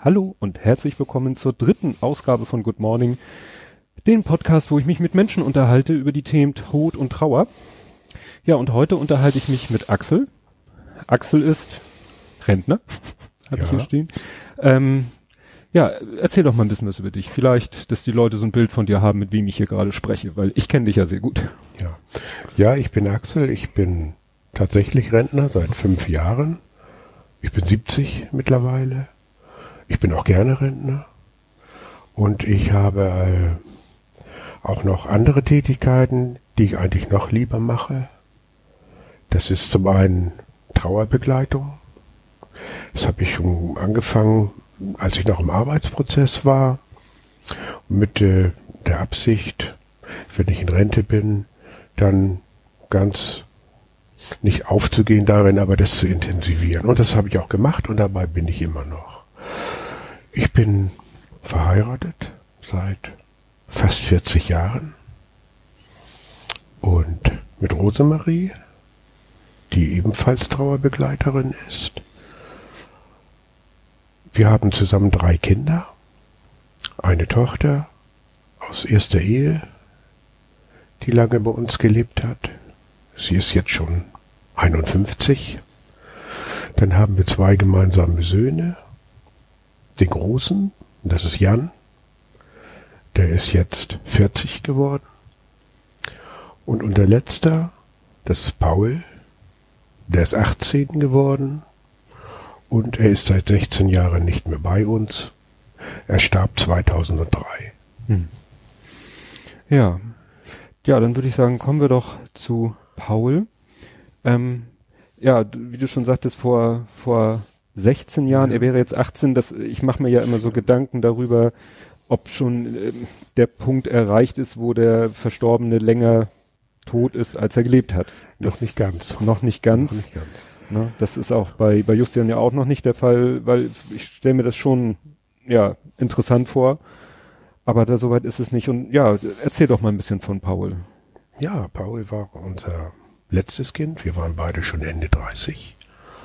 Hallo und herzlich willkommen zur dritten Ausgabe von Good Morning, den Podcast, wo ich mich mit Menschen unterhalte über die Themen Tod und Trauer. Ja, und heute unterhalte ich mich mit Axel. Axel ist Rentner, habe ich hier stehen. Ja, erzähl doch mal ein bisschen was über dich. Vielleicht, dass die Leute so ein Bild von dir haben, mit wem ich hier gerade spreche, weil ich kenne dich ja sehr gut. Ja, ich bin Axel, ich bin tatsächlich Rentner seit 5 Jahren. Ich bin 70 mittlerweile. Ich bin auch gerne Rentner. Und ich habe auch noch andere Tätigkeiten, die ich eigentlich noch lieber mache. Das ist zum einen Trauerbegleitung. Das habe ich schon angefangen, als ich noch im Arbeitsprozess war, mit der Absicht, wenn ich in Rente bin, dann ganz nicht aufzugehen darin, aber das zu intensivieren. Und das habe ich auch gemacht und dabei bin ich immer noch. Ich bin verheiratet seit fast 40 Jahren und mit Rosemarie, die ebenfalls Trauerbegleiterin ist. Wir haben zusammen 3 Kinder, eine Tochter aus erster Ehe, die lange bei uns gelebt hat. Sie ist jetzt schon 51. Dann haben wir 2 gemeinsame Söhne. Den Großen, das ist Jan, der ist jetzt 40 geworden. Und unser Letzter, das ist Paul, der ist 18 geworden. Und er ist seit 16 Jahren nicht mehr bei uns. Er starb 2003. Ja, dann würde ich sagen, kommen wir doch zu Paul. Ja, wie du schon sagtest, vor 16 Jahren, er wäre jetzt 18, ich mache mir ja immer so Gedanken darüber, ob schon der Punkt erreicht ist, wo der Verstorbene länger tot ist, als er gelebt hat. Noch nicht ganz. Noch nicht ganz. Ne, das ist auch bei Justian ja auch noch nicht der Fall, weil ich stelle mir das schon interessant vor, aber soweit ist es nicht. Und ja, erzähl doch mal ein bisschen von Paul. Ja, Paul war unser letztes Kind. Wir waren beide schon Ende 30.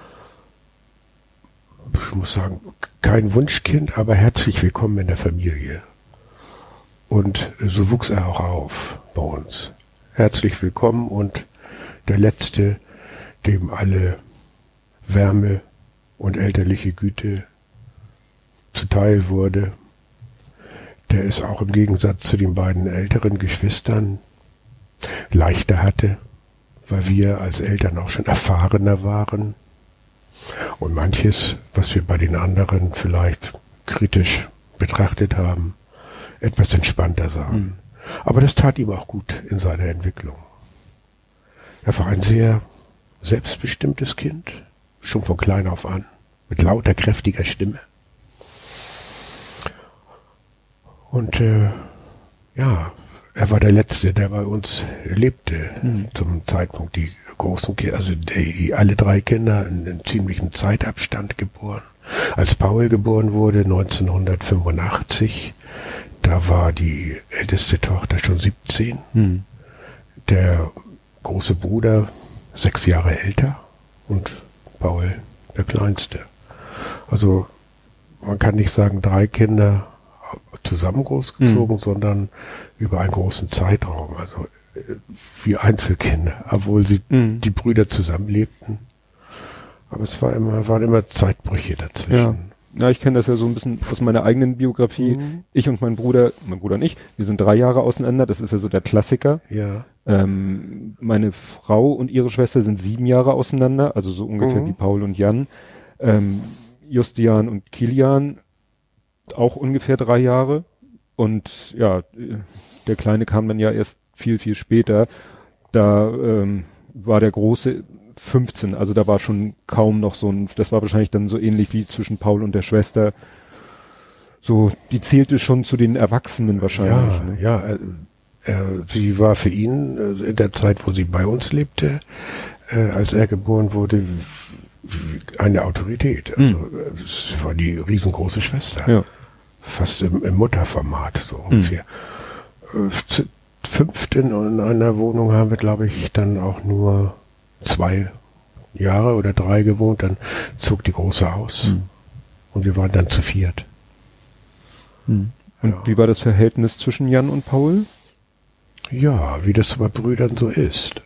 Ich muss sagen, kein Wunschkind, aber herzlich willkommen in der Familie. Und so wuchs er auch auf bei uns. Herzlich willkommen und der Letzte, dem alle Wärme und elterliche Güte zuteil wurde. Der es auch im Gegensatz zu den beiden älteren Geschwistern leichter hatte, weil wir als Eltern auch schon erfahrener waren und manches, was wir bei den anderen vielleicht kritisch betrachtet haben, etwas entspannter sahen. Aber das tat ihm auch gut in seiner Entwicklung. Er war ein sehr selbstbestimmtes Kind, schon von klein auf an, mit lauter, kräftiger Stimme. Und er war der Letzte, der bei uns lebte, zum Zeitpunkt die großen Kinder, also die alle 3 Kinder in ziemlichem Zeitabstand geboren. Als Paul geboren wurde, 1985, da war die älteste Tochter schon 17. Der große Bruder 6 Jahre älter und Paul der Kleinste. Also man kann nicht sagen 3 Kinder zusammen großgezogen, sondern über einen großen Zeitraum, also wie Einzelkinder, obwohl sie die Brüder zusammenlebten. Aber es waren immer Zeitbrüche dazwischen. Ja, ich kenne das ja so ein bisschen aus meiner eigenen Biografie. Ich und mein Bruder und ich, wir sind 3 Jahre auseinander, das ist ja so der Klassiker. Ja. Meine Frau und ihre Schwester sind 7 Jahre auseinander, also so ungefähr wie Paul und Jan. Justian und Kilian auch ungefähr 3 Jahre. Und ja, der Kleine kam dann ja erst viel, viel später. Da war der Große 15, also da war schon kaum noch das war wahrscheinlich dann so ähnlich wie zwischen Paul und der Schwester. So, die zählte schon zu den Erwachsenen wahrscheinlich. Sie war für ihn in der Zeit, wo sie bei uns lebte, als er geboren wurde, eine Autorität. Also es war die riesengroße Schwester. Ja. Fast im Mutterformat, so ungefähr. Zu 5. in einer Wohnung haben wir, glaube ich, dann auch nur 2 Jahre oder 3 gewohnt. Dann zog die Große aus. Und wir waren dann zu 4. Und wie war das Verhältnis zwischen Jan und Paul? Ja, wie das bei Brüdern so ist.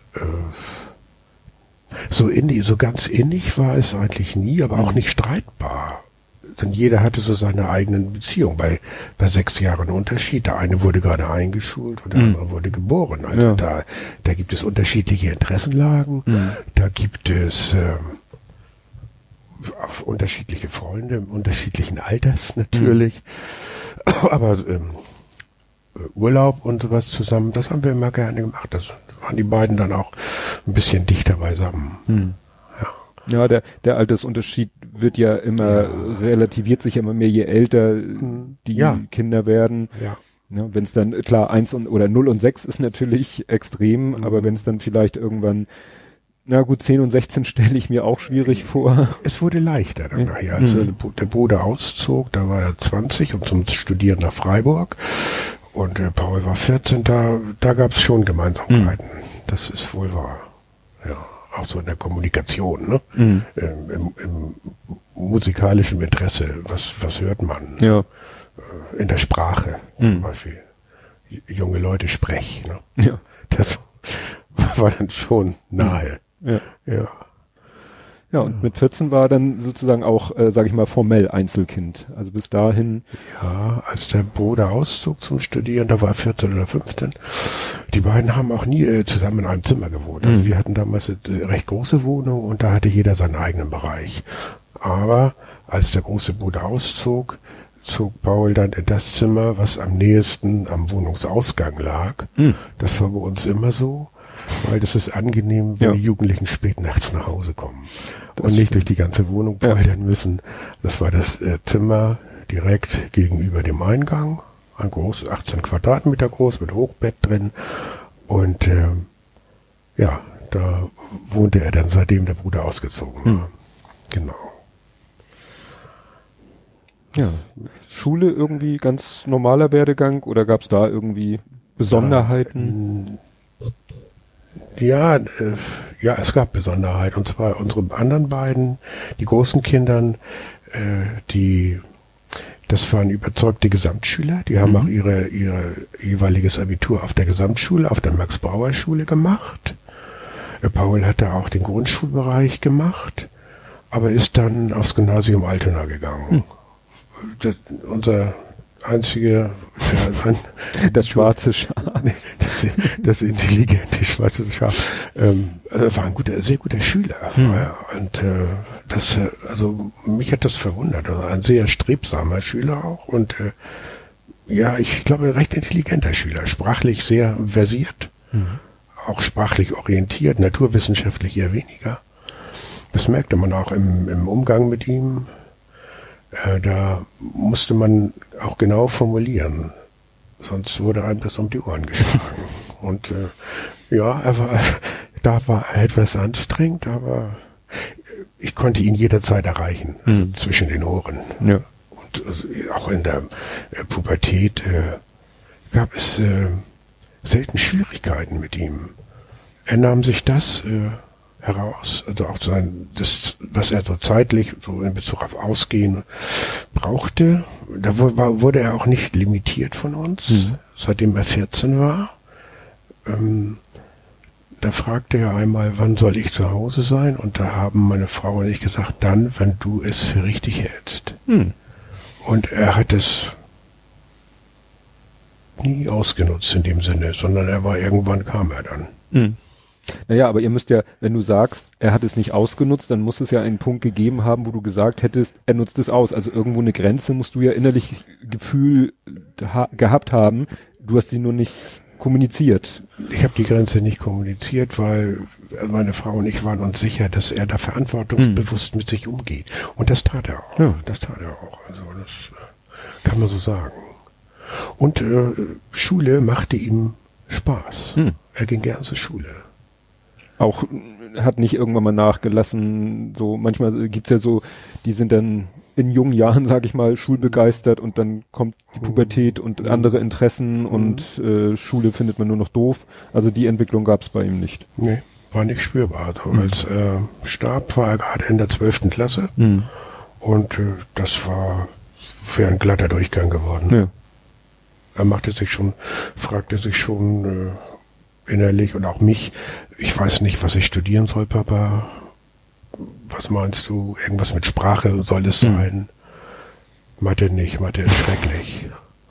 So ganz innig war es eigentlich nie, aber auch nicht streitbar. Denn jeder hatte so seine eigenen Beziehungen. Bei 6 Jahren Unterschied. Der eine wurde gerade eingeschult und der andere wurde geboren. Also da gibt es unterschiedliche Interessenlagen. Da gibt es unterschiedliche Freunde, unterschiedlichen Alters natürlich. Aber Urlaub und sowas zusammen, das haben wir immer gerne gemacht. Das waren die beiden dann auch ein bisschen dichter beisammen. Ja, der Altersunterschied wird ja immer, relativiert sich immer mehr, je älter die Kinder werden. Ja. Ja, wenn es dann, klar, 0 und 6 ist natürlich extrem, aber wenn es dann vielleicht irgendwann, 10 und 16 stelle ich mir auch schwierig vor. Es wurde leichter dann nachher. Als der Bruder auszog, da war er 20 und zum Studieren nach Freiburg. Und Paul war 14, da gab es schon Gemeinsamkeiten. Das ist wohl wahr. Ja. Auch so in der Kommunikation, ne? Im musikalischen Interesse, was hört man? Ja. In der Sprache zum Beispiel. Junge Leute sprechen, ne? Ja. Das war dann schon nahe. Ja. Ja, und mit 14 war er dann sozusagen auch, sage ich mal, formell Einzelkind. Also bis dahin. Ja, als der Bruder auszog zum Studieren, da war er 14 oder 15. Die beiden haben auch nie zusammen in einem Zimmer gewohnt. Also wir hatten damals eine recht große Wohnung und da hatte jeder seinen eigenen Bereich. Aber als der große Bruder auszog, zog Paul dann in das Zimmer, was am nächsten am Wohnungsausgang lag. Das war bei uns immer so, weil das ist angenehm, wenn die Jugendlichen spät nachts nach Hause kommen und nicht durch die ganze Wohnung poltern müssen. Das war das Zimmer direkt gegenüber dem Eingang, ein großes 18 Quadratmeter groß mit Hochbett drin und da wohnte er dann, seitdem der Bruder ausgezogen war. Genau. Ja, Schule irgendwie ganz normaler Werdegang oder gab es da irgendwie Besonderheiten? Ja, es gab Besonderheiten. Und zwar unsere anderen beiden, die großen Kindern, das waren überzeugte Gesamtschüler. Die haben auch ihr jeweiliges Abitur auf der Gesamtschule, auf der Max-Brauer-Schule gemacht. Paul hatte auch den Grundschulbereich gemacht, aber ist dann aufs Gymnasium Altona gegangen. Unser einzige, das schwarze Schaf. Das intelligente schwarze Schaf, war ein sehr guter Schüler. Und also mich hat das verwundert. Also ein sehr strebsamer Schüler auch und ich glaube, ein recht intelligenter Schüler, sprachlich sehr versiert, auch sprachlich orientiert, naturwissenschaftlich eher weniger. Das merkte man auch im Umgang mit ihm. Da musste man auch genau formulieren, sonst wurde einem das um die Ohren geschlagen. Und da war er etwas anstrengend, aber ich konnte ihn jederzeit erreichen, also zwischen den Ohren. Ja. Und auch in der Pubertät gab es selten Schwierigkeiten mit ihm. Er nahm sich das heraus, also auch das, was er so zeitlich, so in Bezug auf Ausgehen brauchte, da wurde er auch nicht limitiert von uns, seitdem er 14 war. Da fragte er einmal, wann soll ich zu Hause sein? Und da haben meine Frau und ich gesagt, dann, wenn du es für richtig hältst. Und er hat es nie ausgenutzt in dem Sinne, sondern irgendwann kam er dann. Naja, aber ihr müsst ja, wenn du sagst, er hat es nicht ausgenutzt, dann muss es ja einen Punkt gegeben haben, wo du gesagt hättest, er nutzt es aus. Also irgendwo eine Grenze musst du ja innerlich Gefühl gehabt haben. Du hast sie nur nicht kommuniziert. Ich habe die Grenze nicht kommuniziert, weil meine Frau und ich waren uns sicher, dass er da verantwortungsbewusst mit sich umgeht. Und das tat er auch. Ja. Das tat er auch. Also das kann man so sagen. Und Schule machte ihm Spaß. Er ging gern zur Schule. Auch hat nicht irgendwann mal nachgelassen, so manchmal gibt's ja so, die sind dann in jungen Jahren, sag ich mal, schulbegeistert und dann kommt die Pubertät und andere Interessen und Schule findet man nur noch doof. Also die Entwicklung gab's bei ihm nicht. Nee, war nicht spürbar. Also als starb, war er gerade in der 12. Klasse und das war wäre ein glatter Durchgang geworden. Ja. Er fragte sich schon innerlich und auch mich, ich weiß nicht, was ich studieren soll, Papa. Was meinst du? Irgendwas mit Sprache soll es sein? Mathe nicht, Mathe ist schrecklich.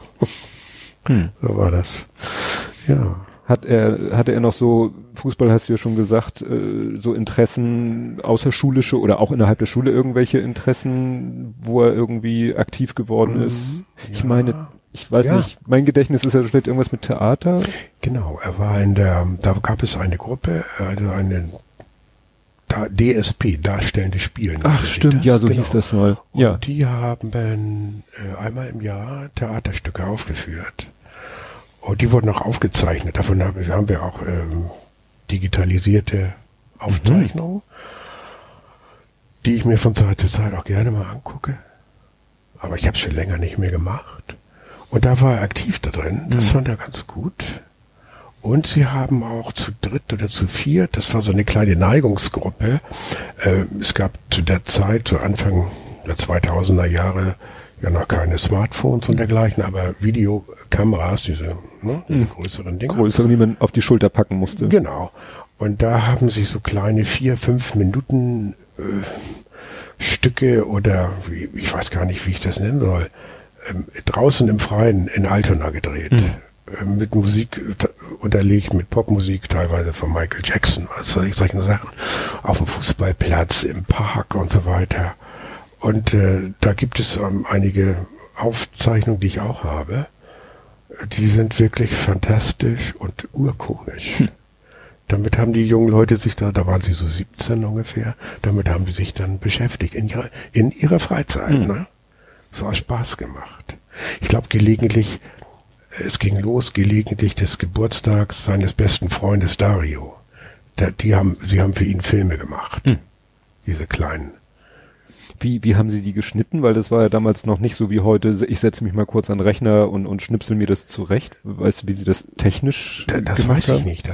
So war das. Ja. Hatte er noch so, Fußball hast du ja schon gesagt, so Interessen außerschulische oder auch innerhalb der Schule irgendwelche Interessen, wo er irgendwie aktiv geworden ist? Ja. Ich meine, ich weiß nicht, mein Gedächtnis ist ja vielleicht irgendwas mit Theater. Genau, er war da gab es eine Gruppe, also eine DSP, Darstellende Spielen. Ach stimmt, ja, so hieß das mal. Und ja. die haben einmal im Jahr Theaterstücke aufgeführt. Und die wurden auch aufgezeichnet. Davon haben wir auch digitalisierte Aufzeichnungen, die ich mir von Zeit zu Zeit auch gerne mal angucke. Aber ich habe es schon länger nicht mehr gemacht. Und da war er aktiv da drin. Das fand er ganz gut. Und sie haben auch zu dritt oder zu viert, das war so eine kleine Neigungsgruppe. Es gab zu der Zeit, zu Anfang der 2000er Jahre, ja noch keine Smartphones und dergleichen, aber Videokameras, diese größeren Dinger. Größeren, die man auf die Schulter packen musste. Genau. Und da haben sich so kleine 4-5 Minuten Stücke oder ich weiß gar nicht, wie ich das nennen soll, draußen im Freien in Altona gedreht. Mit Musik unterlegt, mit Popmusik, teilweise von Michael Jackson, solche Sachen, auf dem Fußballplatz, im Park und so weiter. Und da gibt es einige Aufzeichnungen, die ich auch habe. Die sind wirklich fantastisch und urkomisch. Damit haben die jungen Leute sich da waren sie so 17 ungefähr, damit haben die sich dann beschäftigt, in ihrer Freizeit. Ne? So aus Spaß gemacht. Ich glaube gelegentlich, es ging los, gelegentlich des Geburtstags seines besten Freundes Dario. Sie haben für ihn Filme gemacht. Diese kleinen. Wie haben Sie die geschnitten? Weil das war ja damals noch nicht so wie heute. Ich setze mich mal kurz an den Rechner und schnipsel mir das zurecht. Weißt du, wie Sie das technisch das weiß ich nicht.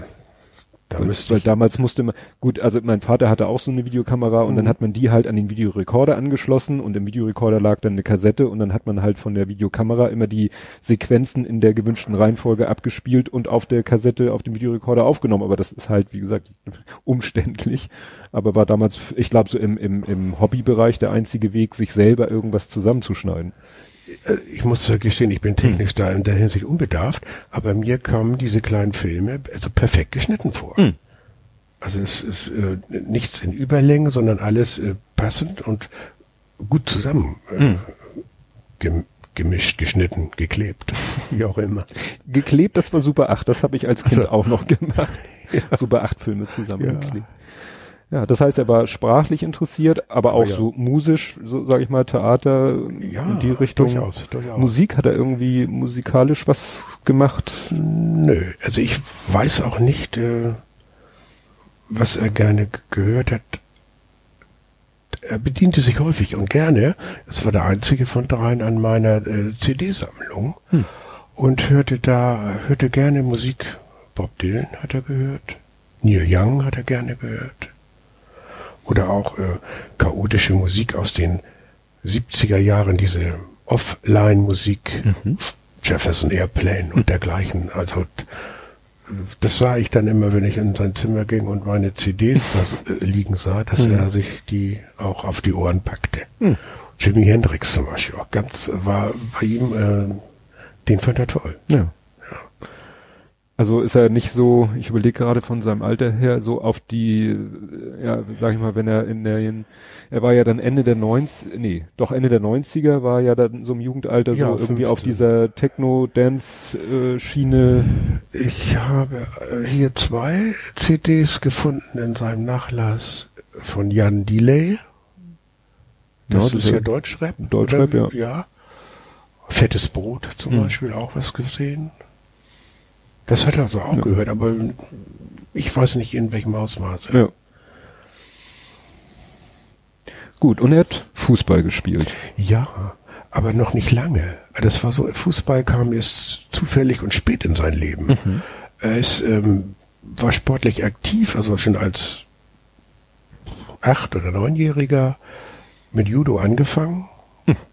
Weil damals musste man, gut, also mein Vater hatte auch so eine Videokamera und dann hat man die halt an den Videorekorder angeschlossen und im Videorekorder lag dann eine Kassette und dann hat man halt von der Videokamera immer die Sequenzen in der gewünschten Reihenfolge abgespielt und auf der Kassette, auf dem Videorekorder aufgenommen. Aber das ist halt, wie gesagt, umständlich. Aber war damals, ich glaube, so im Hobbybereich der einzige Weg, sich selber irgendwas zusammenzuschneiden. Ich muss gestehen, ich bin technisch da in der Hinsicht unbedarft, aber mir kamen diese kleinen Filme also perfekt geschnitten vor. Also es ist nichts in Überlänge, sondern alles passend und gut zusammen gemischt, geschnitten, geklebt, wie auch immer. Geklebt, das war Super 8, das habe ich als Kind auch noch gemacht. Super 8 Filme zusammengeklebt. Ja, das heißt, er war sprachlich interessiert, aber auch so musisch, so sage ich mal, Theater in die Richtung. Durchaus. Musik, hat er irgendwie musikalisch was gemacht? Nö, also ich weiß auch nicht, was er gerne gehört hat. Er bediente sich häufig und gerne, es war der einzige von dreien an meiner CD-Sammlung und hörte gerne Musik. Bob Dylan hat er gehört, Neil Young hat er gerne gehört. Oder auch chaotische Musik aus den 70er Jahren, diese Offline-Musik, Jefferson Airplane und dergleichen. Also das sah ich dann immer, wenn ich in sein Zimmer ging und meine CDs liegen sah, dass er sich die auch auf die Ohren packte. Jimi Hendrix zum Beispiel auch war bei ihm, den fand er toll. Ja. Also ist er nicht so, ich überlege gerade von seinem Alter her, so auf die, ja, sag ich mal, wenn er er war ja dann Ende der 90er, war ja dann so im Jugendalter so irgendwie 15. Auf dieser Techno-Dance-Schiene. Ich habe hier 2 CDs gefunden in seinem Nachlass von Jan Delay. Das ist ja Deutschrap. Deutschrap, ja. Ja. Fettes Brot zum Beispiel, auch was gesehen. Das hat er also auch gehört, aber ich weiß nicht in welchem Ausmaß. Ja. Gut, und er hat Fußball gespielt. Ja, aber noch nicht lange. Das war so, Fußball kam erst zufällig und spät in sein Leben. Er war sportlich aktiv, also schon als 8- oder 9-Jähriger mit Judo angefangen.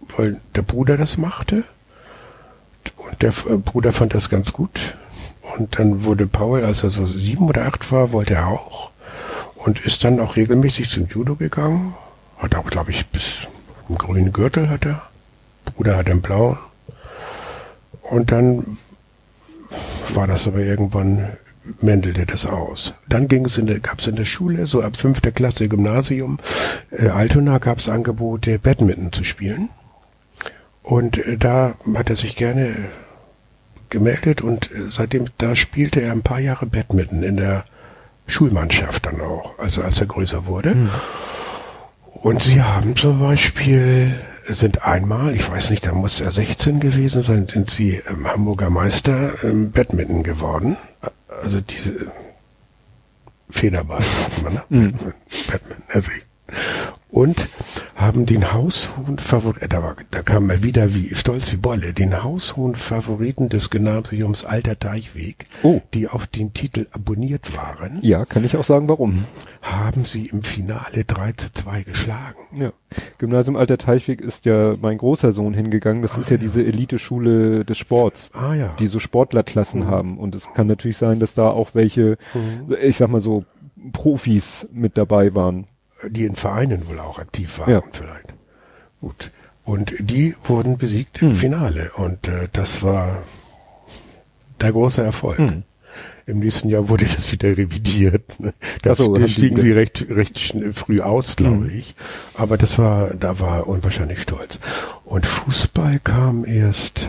weil der Bruder das machte. Und der Bruder fand das ganz gut. Und dann wurde Paul, als er so 7 oder 8 war, wollte er auch. Und ist dann auch regelmäßig zum Judo gegangen. Hat auch, glaube ich, bis einen grünen Gürtel hat er. Bruder hat einen blauen. Und dann war das aber irgendwann, mändelte das aus. Dann gab es in der Schule, so ab 5. Klasse Gymnasium, Altona gab es Angebote, Badminton zu spielen. Und da hat er sich gerne gemeldet und seitdem, da spielte er ein paar Jahre Badminton in der Schulmannschaft dann auch, also als er größer wurde. Mhm. Und sie haben zum Beispiel, sind einmal, ich weiß nicht, da muss er 16 gewesen sein, sind sie Hamburger Meister im Badminton geworden. Also diese Federball, ne? Mhm. Badminton, also und haben den haushohen Favoriten, da kam er wieder wie stolz wie Bolle, den haushohen Favoriten des Gymnasiums Alter Teichweg, die auf den Titel abonniert waren. Ja, kann ich auch sagen, warum. Haben sie im Finale 3:2 geschlagen. Ja, Gymnasium Alter Teichweg ist ja mein großer Sohn hingegangen. Das ist ja diese Eliteschule des Sports, die so Sportlerklassen haben. Und es kann natürlich sein, dass da auch welche, ich sag mal so, Profis mit dabei waren. Die in Vereinen wohl auch aktiv waren, vielleicht. Gut. Und die wurden besiegt im Finale. Und das war der große Erfolg. Im nächsten Jahr wurde das wieder revidiert. Da stiegen sie recht früh aus, glaube ich. Aber da war er unwahrscheinlich stolz. Und Fußball kam erst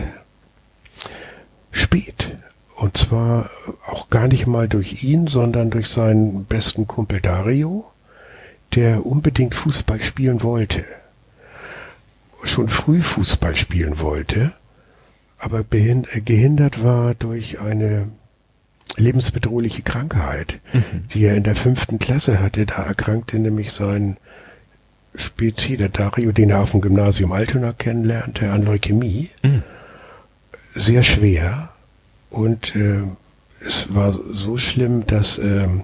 spät. Und zwar auch gar nicht mal durch ihn, sondern durch seinen besten Kumpel Dario, der unbedingt Fußball spielen wollte. Schon früh Fußball spielen wollte, aber gehindert war durch eine lebensbedrohliche Krankheit, die er in der 5. Klasse hatte. Da erkrankte nämlich sein Spezi, der Dario, den er auf dem Gymnasium Altona kennenlernte, an Leukämie. Sehr schwer. Und es war so schlimm, dass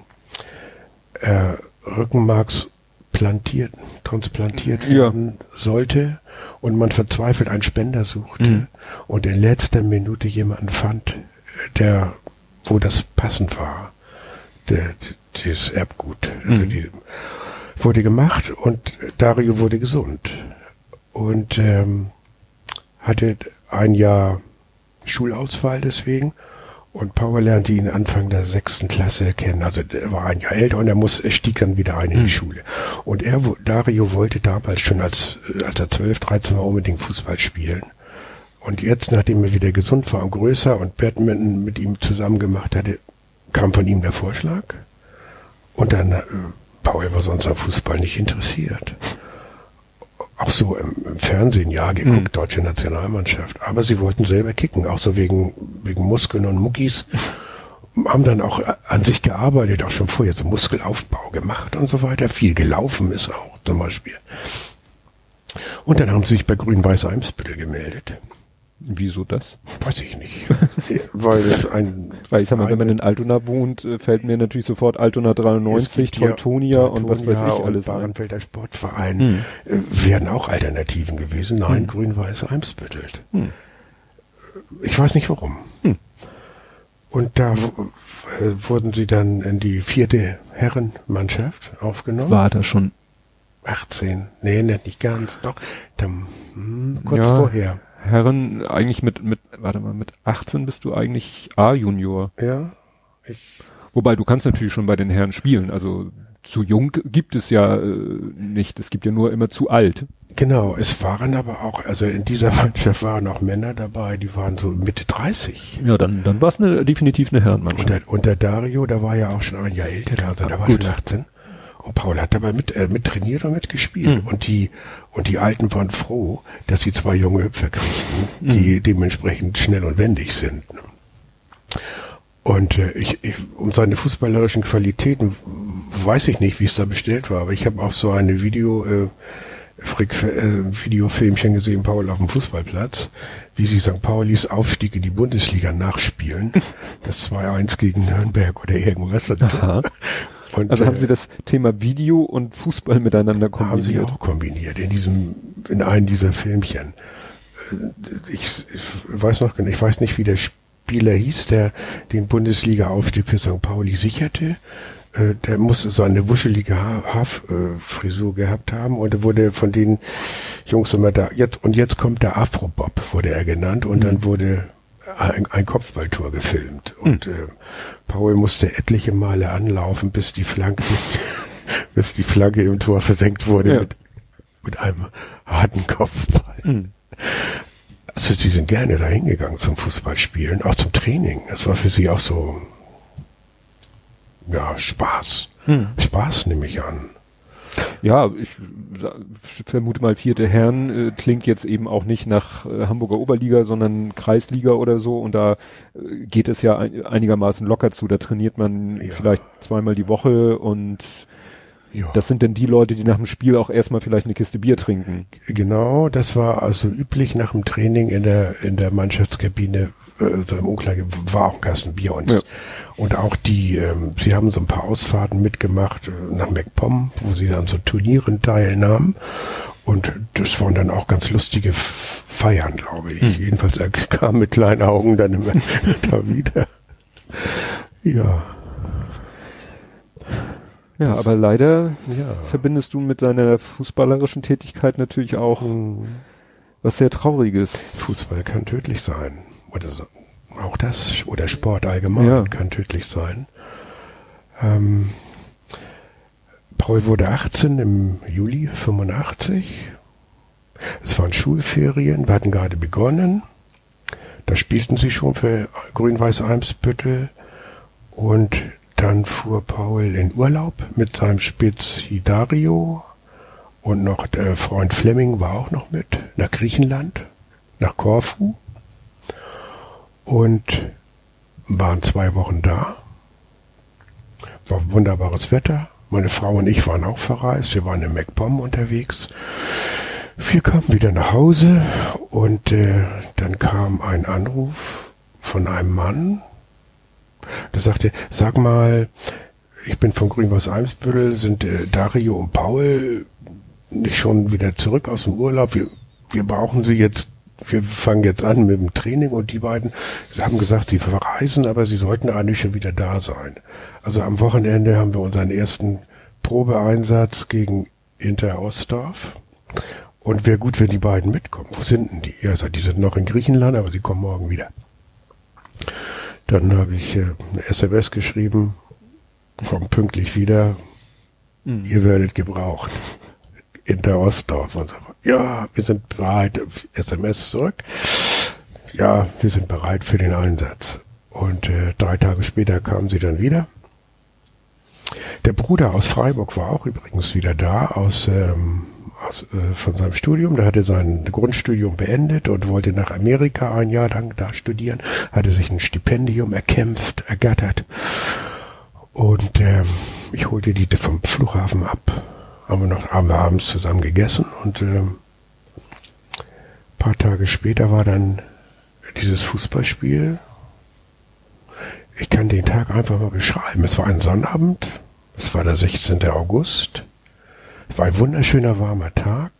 er Rückenmarks transplantiert werden sollte und man verzweifelt einen Spender suchte und in letzter Minute jemanden fand, wo das passend war. Das Erbgut. Also die wurde gemacht und Dario wurde gesund und hatte ein Jahr Schulausfall deswegen. Und Paul lernte ihn Anfang der 6. Klasse kennen. Also er war ein Jahr älter und er stieg dann wieder ein in die Schule. Und Dario wollte damals schon, als er 12, 13 war, unbedingt Fußball spielen. Und jetzt, nachdem er wieder gesund war und größer und Badminton mit ihm zusammen gemacht hatte, kam von ihm der Vorschlag. Und dann, Paul war sonst am Fußball nicht interessiert. Auch so im Fernsehen, geguckt, deutsche Nationalmannschaft. Aber sie wollten selber kicken, auch so wegen Muskeln und Muckis. Haben dann auch an sich gearbeitet, auch schon vorher so Muskelaufbau gemacht und so weiter. Viel gelaufen ist auch zum Beispiel. Und dann haben sie sich bei Grün-Weiß Eimsbüttel gemeldet. Wieso das? Weiß ich nicht. Weil ich sag mal, wenn man in Altona wohnt, fällt mir natürlich sofort Altona 93, Teutonia und was weiß ich alles. Bahrenfelder Sportverein wären auch Alternativen gewesen. Nein, Grün-Weiß Eimsbüttel. Ich weiß nicht warum. Und da wurden sie dann in die 4. Herrenmannschaft aufgenommen. War da schon 18? Nee, nicht ganz. Doch. Kurz vorher. Herren, eigentlich mit 18 bist du eigentlich A-Junior. Ja. Wobei, du kannst natürlich schon bei den Herren spielen, also zu jung gibt es ja nicht, es gibt ja nur immer zu alt. Genau, es waren aber auch, also in dieser Mannschaft waren auch Männer dabei, die waren so Mitte 30. Ja, dann war es definitiv eine Herrenmannschaft. Und der Dario, der war ja auch schon ein Jahr älter, also der war schon 18. Und Paul hat dabei mit trainiert und mitgespielt. Und die Alten waren froh, dass sie 2 junge Hüpfer kriegten, die dementsprechend schnell und wendig sind. Und um seine fußballerischen Qualitäten weiß ich nicht, wie es da bestellt war, aber ich habe auch so eine Videofilmchen gesehen, Paul auf dem Fußballplatz, wie sie St. Paulis Aufstieg in die Bundesliga nachspielen. Das 2-1 gegen Nürnberg oder irgendwas. Und, also haben Sie das Thema Video und Fußball miteinander kombiniert? Haben Sie auch kombiniert in einem dieser Filmchen. Ich weiß noch, ich weiß nicht, wie der Spieler hieß, der den Bundesliga-Aufstieg für St. Pauli sicherte. Der musste so eine wuschelige Haarfrisur gehabt haben und wurde von den Jungs immer jetzt kommt der Afro-Bob, wurde er genannt, und dann wurde ein Kopfballtor gefilmt. Und Paul musste etliche Male anlaufen, bis die Flanke im Tor versenkt wurde mit einem harten Kopfball. Also sie sind gerne dahin gegangen zum Fußballspielen, auch zum Training. Das war für sie auch so, ja, Spaß. Spaß nehme ich an. Ja, ich vermute mal, 4. Herren klingt jetzt eben auch nicht nach Hamburger Oberliga, sondern Kreisliga oder so, und da geht es ja einigermaßen locker zu. Da trainiert man vielleicht 2-mal die Woche, und das sind dann die Leute, die nach dem Spiel auch erstmal vielleicht eine Kiste Bier trinken. Genau, das war also üblich nach dem Training in der Mannschaftskabine, so im Umkleide war auch ein Kasten Bier, und auch sie haben so ein paar Ausfahrten mitgemacht nach MacPom, wo sie dann so Turnieren teilnahmen, und das waren dann auch ganz lustige Feiern, glaube ich. Jedenfalls er kam mit kleinen Augen dann immer da wieder. Ja. Ja, aber leider verbindest du mit deiner fußballerischen Tätigkeit natürlich auch was sehr Trauriges. Fußball kann tödlich sein. Oder Sport allgemein kann tödlich sein. Paul wurde 18 im Juli 85. Es waren Schulferien, wir hatten gerade begonnen. Da spielten sie schon für Grün-Weiß Eimsbüttel, und dann fuhr Paul in Urlaub mit seinem Spezi Dario, und noch der Freund Flemming war auch noch mit, nach Griechenland, nach Korfu, und waren 2 Wochen da. War wunderbares Wetter. Meine Frau und ich waren auch verreist. Wir waren in MacPom unterwegs. Wir kamen wieder nach Hause, und dann kam ein Anruf von einem Mann. Der sagte, sag mal, ich bin von Grün-Weiß Eimsbüttel, sind Dario und Paul nicht schon wieder zurück aus dem Urlaub? Wir brauchen sie jetzt. Wir fangen jetzt an mit dem Training, und die beiden haben gesagt, sie verreisen, aber sie sollten eigentlich schon wieder da sein. Also am Wochenende haben wir unseren ersten Probeeinsatz gegen Inter Ostdorf, und wäre gut, wenn die beiden mitkommen. Wo sind denn die? Ja, die sind noch in Griechenland, aber sie kommen morgen wieder. Dann habe ich eine SMS geschrieben, kommt pünktlich wieder, ihr werdet gebraucht. Inter Ostdorf und so. Ja, wir sind bereit. SMS zurück. Ja, wir sind bereit für den Einsatz. Und 3 Tage später kamen sie dann wieder. Der Bruder aus Freiburg war auch übrigens wieder da, von seinem Studium. Der hatte sein Grundstudium beendet und wollte nach Amerika 1 Jahr lang da studieren, hatte sich ein Stipendium ergattert. Und ich holte die vom Flughafen ab. Haben wir abends zusammen gegessen, und ein paar Tage später war dann dieses Fußballspiel. Ich kann den Tag einfach mal beschreiben. Es war ein Sonnabend, es war der 16. August, es war ein wunderschöner warmer Tag.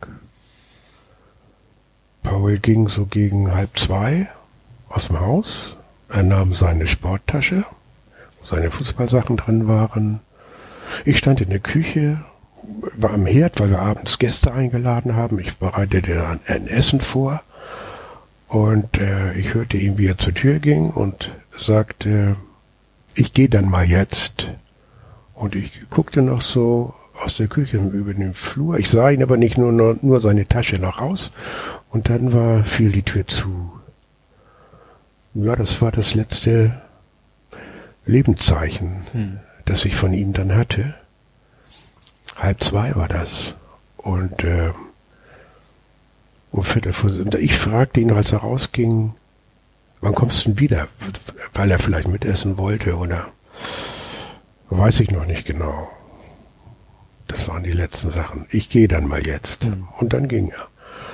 Paul ging so gegen 1:30 aus dem Haus. Er nahm seine Sporttasche, wo seine Fußballsachen drin waren. Ich stand in der Küche, war am Herd, weil wir abends Gäste eingeladen haben. Ich bereitete dann ein Essen vor, und ich hörte ihn, wie er zur Tür ging und sagte, ich gehe dann mal jetzt. Und ich guckte noch so aus der Küche über den Flur. Ich sah ihn aber nicht, nur seine Tasche noch raus, und dann fiel die Tür zu. Ja, das war das letzte Lebenszeichen, das ich von ihm dann hatte. 1:30 war das. Und um 1:15. Ich fragte ihn, als er rausging, wann kommst du denn wieder? Weil er vielleicht mitessen wollte, oder weiß ich noch nicht genau. Das waren die letzten Sachen. Ich gehe dann mal jetzt. Und dann ging er.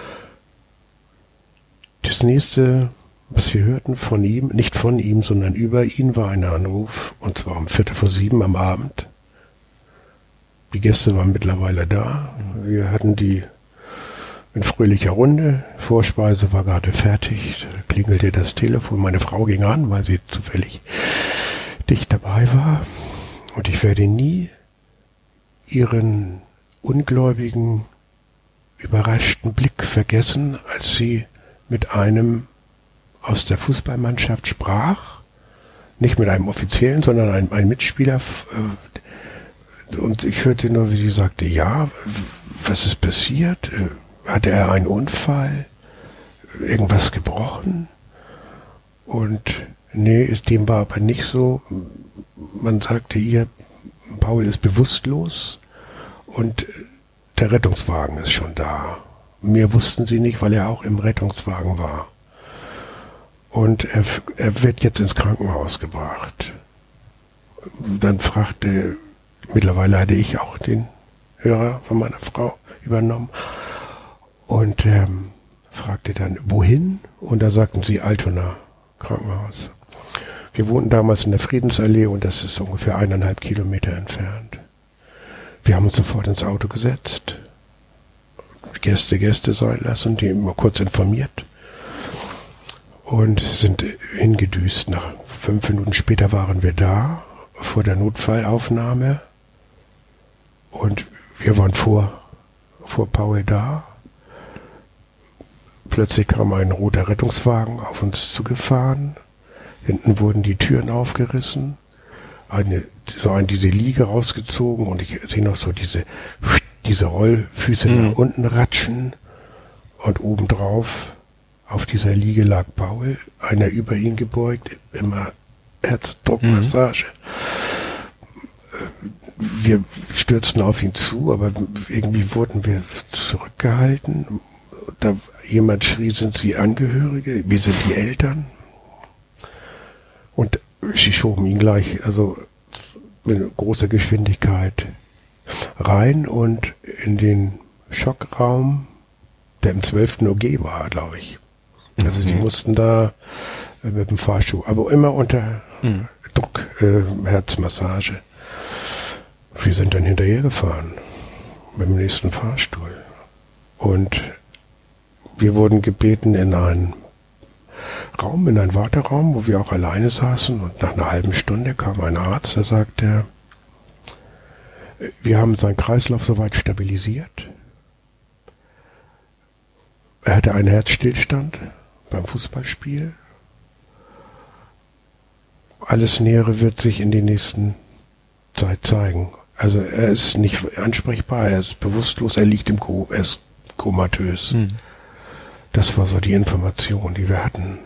Das nächste, was wir hörten von ihm, nicht von ihm, sondern über ihn, war ein Anruf, und zwar um 7:15 am Abend. Die Gäste waren mittlerweile da. Wir hatten die in fröhlicher Runde. Vorspeise war gerade fertig. Da klingelte das Telefon. Meine Frau ging an, weil sie zufällig dicht dabei war. Und ich werde nie ihren ungläubigen, überraschten Blick vergessen, als sie mit einem aus der Fußballmannschaft sprach. Nicht mit einem Offiziellen, sondern ein Mitspieler. Und ich hörte nur, wie sie sagte, ja, was ist passiert? Hatte er einen Unfall? Irgendwas gebrochen? Und nee, dem war aber nicht so. Man sagte ihr, Paul ist bewusstlos und der Rettungswagen ist schon da. Mehr wussten sie nicht, weil er auch im Rettungswagen war. Und er wird jetzt ins Krankenhaus gebracht. Dann fragte, mittlerweile hatte ich auch den Hörer von meiner Frau übernommen und fragte dann, wohin? Und da sagten sie, Altona Krankenhaus. Wir wohnten damals in der Friedensallee und das ist ungefähr 1,5 Kilometer entfernt. Wir haben uns sofort ins Auto gesetzt, Gäste sein lassen, die immer kurz informiert und sind hingedüst. Nach 5 Minuten später waren wir da, vor der Notfallaufnahme und wir waren vor Paul da. Plötzlich kam ein roter Rettungswagen auf uns zugefahren. Hinten wurden die Türen aufgerissen, diese Liege rausgezogen und ich sehe noch so diese Rollfüße nach unten ratschen und obendrauf auf dieser Liege lag Paul, einer über ihn gebeugt, immer Herzdruckmassage. Wir stürzten auf ihn zu, aber irgendwie wurden wir zurückgehalten. Da jemand schrie, sind Sie Angehörige? Wir sind die Eltern. Und sie schoben ihn gleich, also mit großer Geschwindigkeit rein und in den Schockraum, der im 12. OG war, glaube ich. Also die mussten da mit dem Fahrstuhl, aber immer unter Druck, Herzmassage. Wir sind dann hinterhergefahren mit dem nächsten Fahrstuhl. Und wir wurden gebeten in einen Warteraum, wo wir auch alleine saßen. Und nach einer halben Stunde kam ein Arzt, der sagte, wir haben seinen Kreislauf soweit stabilisiert. Er hatte einen Herzstillstand beim Fußballspiel. Alles Nähere wird sich in der nächsten Zeit zeigen. Also er ist nicht ansprechbar, er ist bewusstlos, er liegt er ist komatös. Das war so die Information, die wir hatten.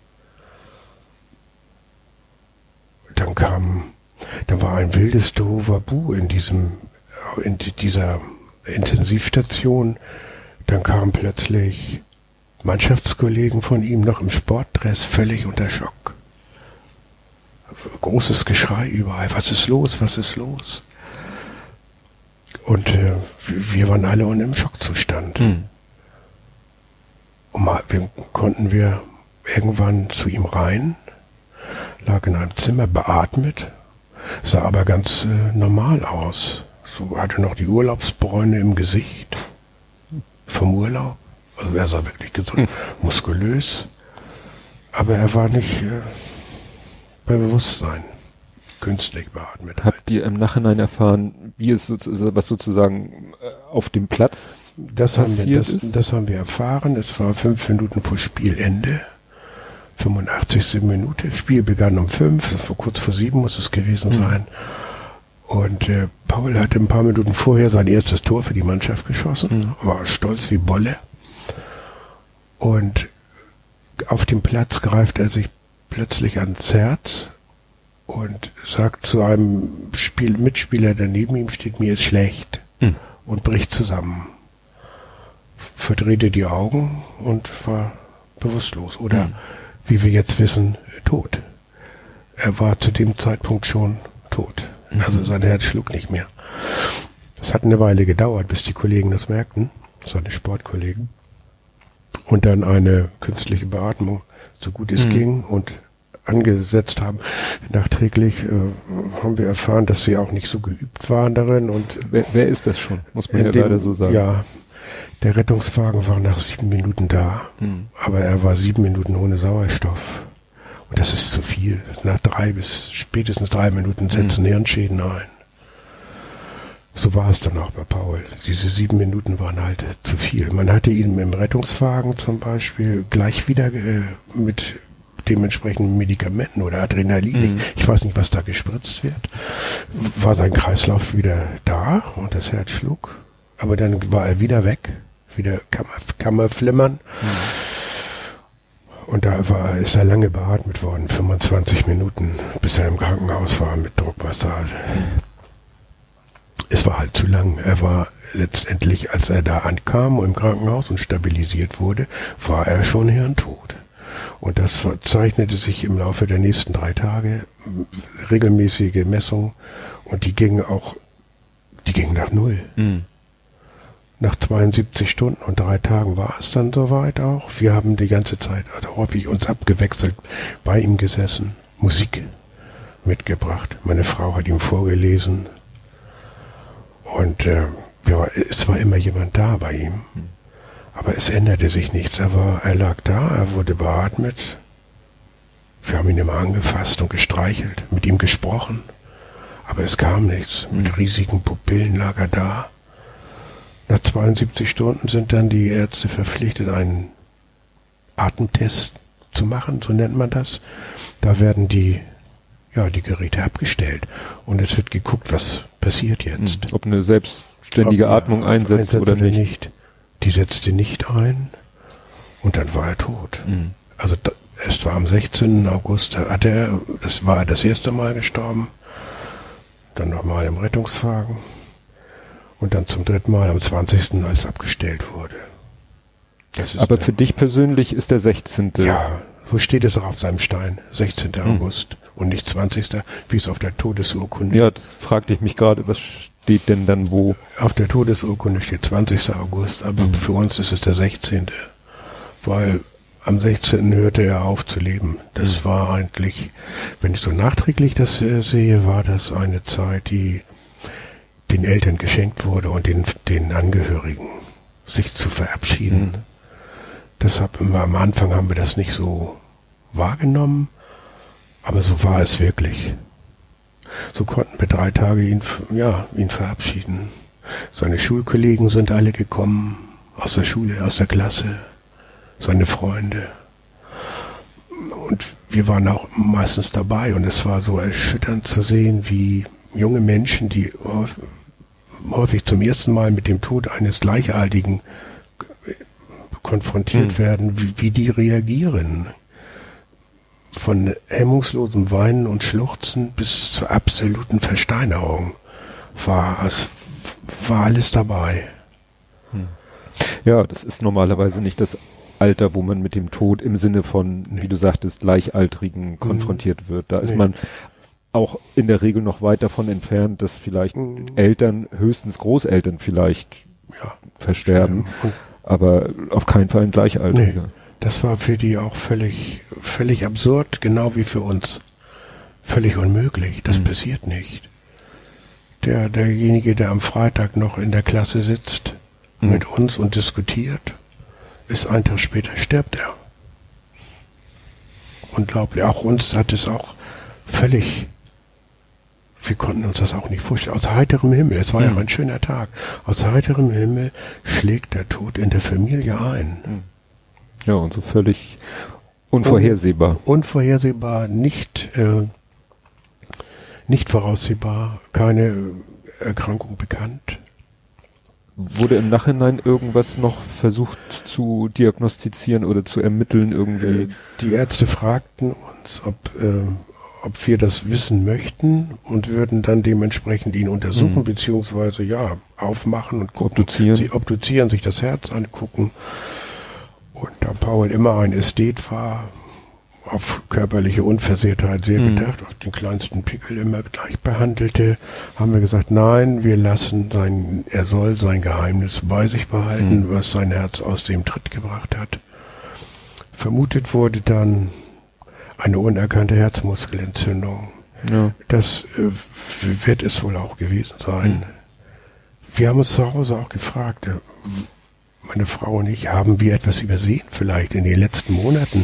Dann war ein wildes Tohuwabohu in dieser Intensivstation. Dann kamen plötzlich Mannschaftskollegen von ihm noch im Sportdress, völlig unter Schock. Großes Geschrei überall. Was ist los? Was ist los? Und wir waren alle im Schockzustand. Und konnten wir irgendwann zu ihm rein, lag in einem Zimmer, beatmet, sah aber ganz normal aus. So hatte noch die Urlaubsbräune im Gesicht vom Urlaub. Also er sah wirklich gesund, muskulös, aber er war nicht bei Bewusstsein, künstlich beatmet. Habt ihr im Nachhinein erfahren, wie es was sozusagen auf dem Platz passiert ist? Das haben wir erfahren. Es war 5 Minuten vor Spielende. 85. Minute. Spiel begann um 5. Das war kurz vor 7 muss es gewesen sein. Und Paul hatte ein paar Minuten vorher sein erstes Tor für die Mannschaft geschossen. War stolz wie Bolle. Und auf dem Platz greift er sich plötzlich ans Herz und sagt zu einem Mitspieler, der neben ihm steht, mir ist schlecht, und bricht zusammen. Verdrehte die Augen und war bewusstlos oder, wie wir jetzt wissen, tot. Er war zu dem Zeitpunkt schon tot. Also sein Herz schlug nicht mehr. Das hat eine Weile gedauert, bis die Kollegen das merkten, seine Sportkollegen. Und dann eine künstliche Beatmung, so gut es ging, und angesetzt haben. Nachträglich haben wir erfahren, dass sie auch nicht so geübt waren darin. Und wer ist das schon? Muss man ja leider so sagen. Ja, der Rettungswagen war nach 7 Minuten da, aber er war 7 Minuten ohne Sauerstoff. Und das ist zu viel. Nach 3 bis spätestens 3 Minuten setzen Hirnschäden ein. So war es dann auch bei Paul. Diese 7 Minuten waren halt zu viel. Man hatte ihn im Rettungswagen zum Beispiel gleich wieder mit dementsprechenden Medikamenten oder Adrenalin, ich weiß nicht, was da gespritzt wird, war sein Kreislauf wieder da und das Herz schlug. Aber dann war er wieder weg. Wieder kann man flimmern. Und da ist er lange beatmet worden, 25 Minuten, bis er im Krankenhaus war mit Druckmassage. Es war halt zu lang. Er war letztendlich, als er da ankam im Krankenhaus und stabilisiert wurde, war er schon hirntot. Und das zeichnete sich im Laufe der nächsten 3 Tage, regelmäßige Messungen, und die gingen nach 0. Nach 72 Stunden und 3 Tagen war es dann soweit auch. Wir haben die ganze Zeit, also häufig uns abgewechselt, bei ihm gesessen, Musik mitgebracht. Meine Frau hat ihm vorgelesen. Und es war immer jemand da bei ihm. Aber es änderte sich nichts. Er lag da, er wurde beatmet. Wir haben ihn immer angefasst und gestreichelt, mit ihm gesprochen. Aber es kam nichts. Mit riesigen Pupillen lag er da. Nach 72 Stunden sind dann die Ärzte verpflichtet, einen Atemtest zu machen, so nennt man das. Da werden die Geräte abgestellt und es wird geguckt, was passiert jetzt. Ob eine selbstständige Atmung einsetzt oder nicht. Die setzte nicht ein und dann war er tot. Also es war am 16. August, das war das erste Mal gestorben, dann nochmal im Rettungswagen und dann zum 3. Mal am 20., als abgestellt wurde. Aber für dich persönlich ist der 16. Ja, so steht es auch auf seinem Stein, 16. August und nicht 20., wie es auf der Todesurkunde. Ja, das fragte ich mich gerade, was steht denn dann wo? Auf der Todesurkunde steht 20. August, aber für uns ist es der 16., weil am 16. hörte er auf zu leben. Das war eigentlich, wenn ich so nachträglich das sehe, war das eine Zeit, die den Eltern geschenkt wurde und den Angehörigen, sich zu verabschieden. Deshalb am Anfang haben wir das nicht so wahrgenommen, aber so war es wirklich. So konnten wir 3 Tage ihn verabschieden. Seine Schulkollegen sind alle gekommen, aus der Schule, aus der Klasse, seine Freunde. Und wir waren auch meistens dabei und es war so erschütternd zu sehen, wie junge Menschen, die häufig zum ersten Mal mit dem Tod eines Gleichaltrigen konfrontiert werden, wie die reagieren. Von hemmungslosem Weinen und Schluchzen bis zur absoluten Versteinerung war alles dabei. Ja, das ist normalerweise nicht das Alter, wo man mit dem Tod im Sinne von, wie du sagtest, Gleichaltrigen konfrontiert wird. Da ist man auch in der Regel noch weit davon entfernt, dass vielleicht Eltern, höchstens Großeltern vielleicht versterben, aber auf keinen Fall ein Gleichaltriger. Nee, das war für die auch völlig absurd, genau wie für uns. Völlig unmöglich, das passiert nicht. Derjenige, der am Freitag noch in der Klasse sitzt, mit uns und diskutiert, ist einen Tag später stirbt er. Unglaublich. Auch uns hat es auch völlig, wir konnten uns das auch nicht vorstellen. Aus heiterem Himmel, es war ja ein schöner Tag, aus heiterem Himmel schlägt der Tod in der Familie ein. Ja, und so völlig unvorhersehbar. Unvorhersehbar, nicht voraussehbar, keine Erkrankung bekannt. Wurde im Nachhinein irgendwas noch versucht zu diagnostizieren oder zu ermitteln irgendwie? Die Ärzte fragten uns, ob wir das wissen möchten und würden dann dementsprechend ihn untersuchen, beziehungsweise aufmachen und gucken. Sie obduzieren, sich das Herz angucken. Und da Paul immer ein Ästhet war, auf körperliche Unversehrtheit sehr bedacht, auch den kleinsten Pickel immer gleich behandelte, haben wir gesagt, nein, wir lassen er soll sein Geheimnis bei sich behalten, was sein Herz aus dem Tritt gebracht hat. Vermutet wurde dann eine unerkannte Herzmuskelentzündung. Ja. Das wird es wohl auch gewesen sein. Wir haben uns zu Hause auch gefragt, meine Frau und ich, haben wir etwas übersehen vielleicht in den letzten Monaten?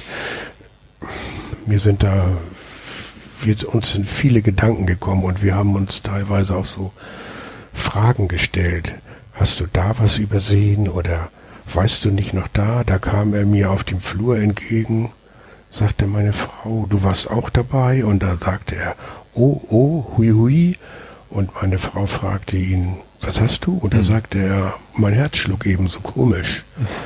Uns sind viele Gedanken gekommen und wir haben uns teilweise auch so Fragen gestellt. Hast du da was übersehen oder weißt du nicht noch da? Da kam er mir auf dem Flur entgegen, sagte meine Frau, du warst auch dabei? Und da sagte er, oh, hui, hui. Und meine Frau fragte ihn, was hast du? Und da sagte er, mein Herz schlug eben so komisch.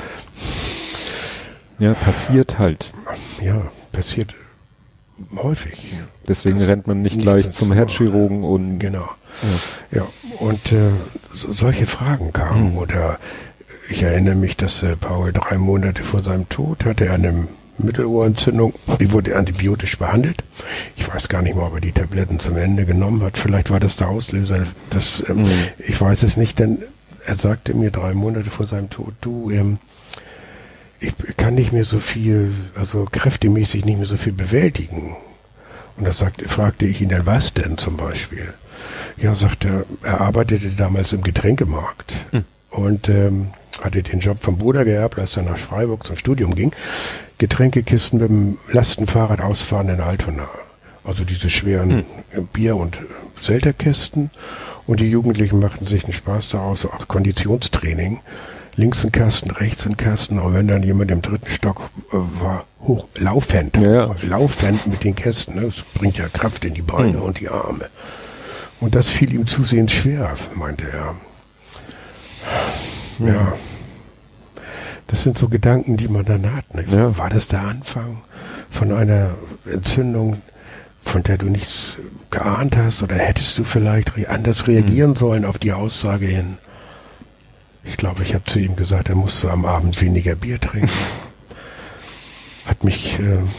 Ja, passiert halt. Ja, passiert häufig. Deswegen rennt man nicht gleich zum Herzchirurgen und... Genau. Ja, und solche Fragen kamen. Oder ich erinnere mich, dass Paul 3 Monate vor seinem Tod hatte er eine Mittelohrentzündung, die wurde antibiotisch behandelt. Ich weiß gar nicht mal, ob er die Tabletten zum Ende genommen hat. Vielleicht war das der Auslöser. Ich weiß es nicht, denn er sagte mir 3 Monate vor seinem Tod, ich kann nicht mehr so viel, also kräftemäßig nicht mehr so viel bewältigen. Und da fragte ich ihn dann, was denn zum Beispiel? Ja, sagte er arbeitete damals im Getränkemarkt und hatte den Job vom Bruder geerbt, als er nach Freiburg zum Studium ging. Getränkekisten mit dem Lastenfahrrad ausfahren in Altona. Also diese schweren Bier- und Selterkästen. Und die Jugendlichen machten sich einen Spaß daraus, auch Konditionstraining. Links ein Kasten, rechts ein Kasten. Und wenn dann jemand im 3. Stock war, laufend mit den Kästen. Ne? Das bringt ja Kraft in die Beine und die Arme. Und das fiel ihm zusehends schwer, meinte er. Ja. Das sind so Gedanken, die man dann hat. Ne? Ja. War das der Anfang von einer Entzündung, von der du nichts geahnt hast? Oder hättest du vielleicht anders reagieren sollen auf die Aussage hin? Ich glaube, ich habe zu ihm gesagt, er musste am Abend weniger Bier trinken. Hat mich,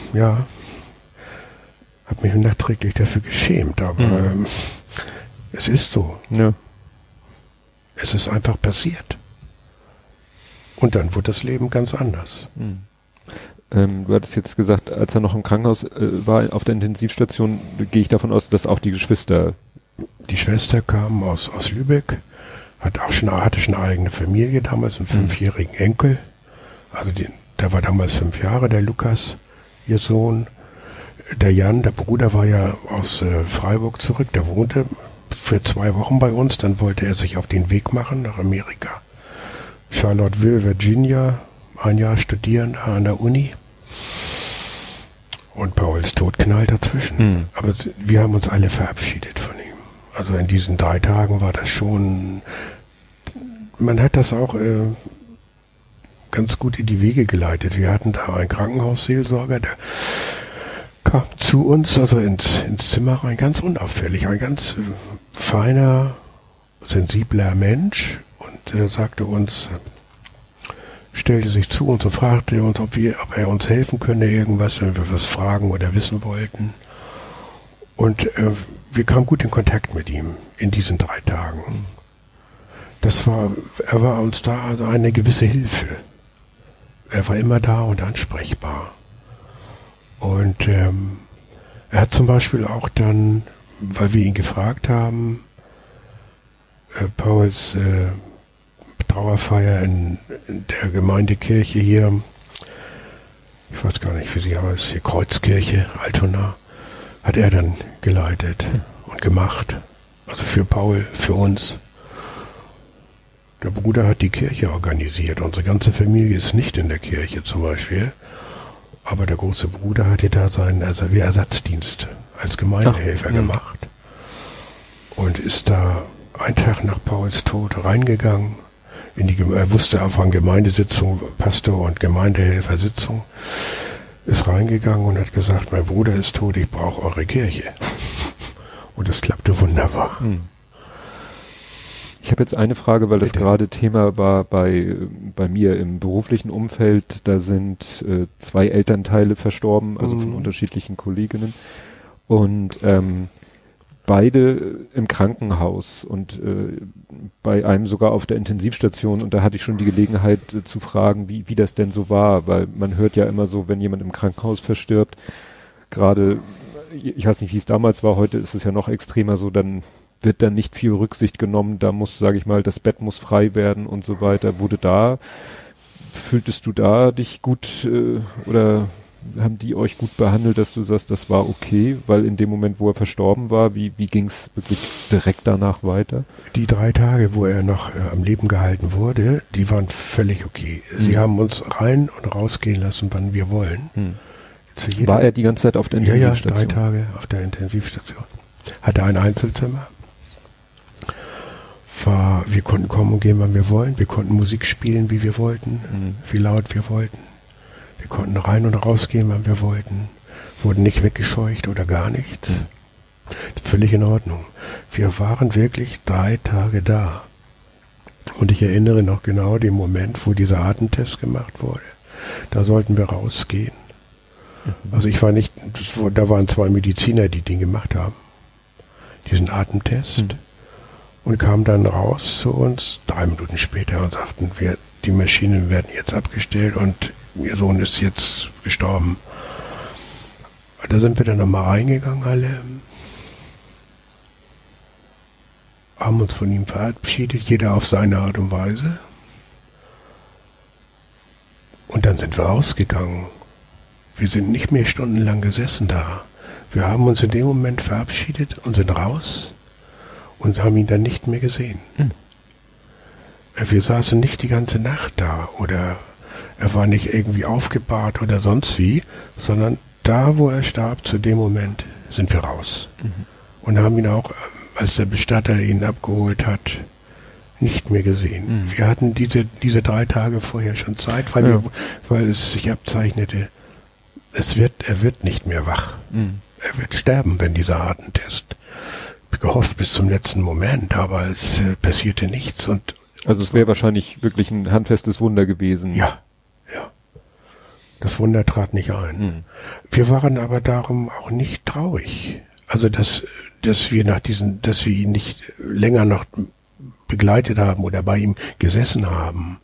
nachträglich dafür geschämt. Aber es ist so. Ja. Es ist einfach passiert. Und dann wurde das Leben ganz anders. Du hattest jetzt gesagt, als er noch im Krankenhaus war, auf der Intensivstation, gehe ich davon aus, dass auch die Geschwister... Die Schwester kam aus Lübeck, hatte schon eine eigene Familie damals, einen 5-jährigen Enkel. Also der war damals 5 Jahre, der Lukas, ihr Sohn. Der Jan, der Bruder, war ja aus Freiburg zurück, der wohnte für 2 Wochen bei uns, dann wollte er sich auf den Weg machen nach Amerika. Charlottesville, Virginia, 1 Jahr studieren an der Uni. Und Pauls Tod knallt dazwischen. Aber wir haben uns alle verabschiedet von ihm. Also in diesen 3 Tagen war das schon, man hat das auch ganz gut in die Wege geleitet. Wir hatten da einen Krankenhausseelsorger, der kam zu uns, also ins Zimmer rein, ganz unauffällig, ein ganz feiner, sensibler Mensch. Und er sagte uns, stellte sich zu uns und fragte uns, ob er uns helfen könne, irgendwas, wenn wir was fragen oder wissen wollten. Und wir kamen gut in Kontakt mit ihm in diesen 3 Tagen. Er war uns da also eine gewisse Hilfe. Er war immer da und ansprechbar. Und er hat zum Beispiel auch dann, weil wir ihn gefragt haben, Pauls Trauerfeier in der Gemeindekirche hier, ich weiß gar nicht, wie sie heißt, hier Kreuzkirche, Altona, hat er dann geleitet und gemacht. Also für Paul, für uns. Der Bruder hat die Kirche organisiert. Unsere ganze Familie ist nicht in der Kirche zum Beispiel. Aber der große Bruder hatte da seinen Ersatzdienst als Gemeindehelfer gemacht. Und ist da einen Tag nach Pauls Tod reingegangen. Er wusste auch von Gemeindesitzung, Pastor und Gemeindehelfersitzung, ist reingegangen und hat gesagt, mein Bruder ist tot, ich brauche eure Kirche. Und das klappte wunderbar. Ich habe jetzt eine Frage, weil das gerade Thema war bei mir im beruflichen Umfeld. Da sind 2 Elternteile verstorben, also von unterschiedlichen Kolleginnen. Und beide im Krankenhaus und bei einem sogar auf der Intensivstation. Und da hatte ich schon die Gelegenheit zu fragen, wie das denn so war. Weil man hört ja immer so, wenn jemand im Krankenhaus verstirbt, gerade, ich weiß nicht, wie es damals war, heute ist es ja noch extremer so, dann wird dann nicht viel Rücksicht genommen, da muss, sage ich mal, das Bett muss frei werden und so weiter. Fühltest du da dich gut oder haben die euch gut behandelt, dass du sagst, das war okay, weil in dem Moment, wo er verstorben war, wie ging's wirklich direkt danach weiter? Die 3 Tage, wo er noch am Leben gehalten wurde, die waren völlig okay. Sie haben uns rein und rausgehen lassen, wann wir wollen. War er die ganze Zeit auf der Intensivstation? Ja, 3 Tage auf der Intensivstation. Hatte ein Einzelzimmer. Wir konnten kommen und gehen, wann wir wollen. Wir konnten Musik spielen, wie wir wollten, wie laut wir wollten. Wir konnten rein und rausgehen, wann wir wollten. Wurden nicht weggescheucht oder gar nichts. Völlig in Ordnung. Wir waren wirklich 3 Tage da. Und ich erinnere noch genau den Moment, wo dieser Atemtest gemacht wurde. Da sollten wir rausgehen. Also ich war nicht, da waren 2 Mediziner, die den gemacht haben. Diesen Atemtest. Und kamen dann raus zu uns 3 Minuten später und sagten, die Maschinen werden jetzt abgestellt und ihr Sohn ist jetzt gestorben. Da sind wir dann nochmal reingegangen alle, haben uns von ihm verabschiedet, jeder auf seine Art und Weise. Und dann sind wir rausgegangen. Wir sind nicht mehr stundenlang gesessen da. Wir haben uns in dem Moment verabschiedet und sind raus. Und haben ihn dann nicht mehr gesehen. Wir saßen nicht die ganze Nacht da oder er war nicht irgendwie aufgebahrt oder sonst wie, sondern da, wo er starb, zu dem Moment sind wir raus. Und haben ihn auch, als der Bestatter ihn abgeholt hat, nicht mehr gesehen. Wir hatten diese 3 Tage vorher schon Zeit, weil es sich abzeichnete, er wird nicht mehr wach. Er wird sterben, wenn dieser Atemtest gehofft bis zum letzten Moment, aber es passierte nichts. Also es wäre wahrscheinlich wirklich ein handfestes Wunder gewesen. Ja. Das Wunder trat nicht ein. Wir waren aber darum auch nicht traurig. Also dass wir ihn nicht länger noch begleitet haben oder bei ihm gesessen haben.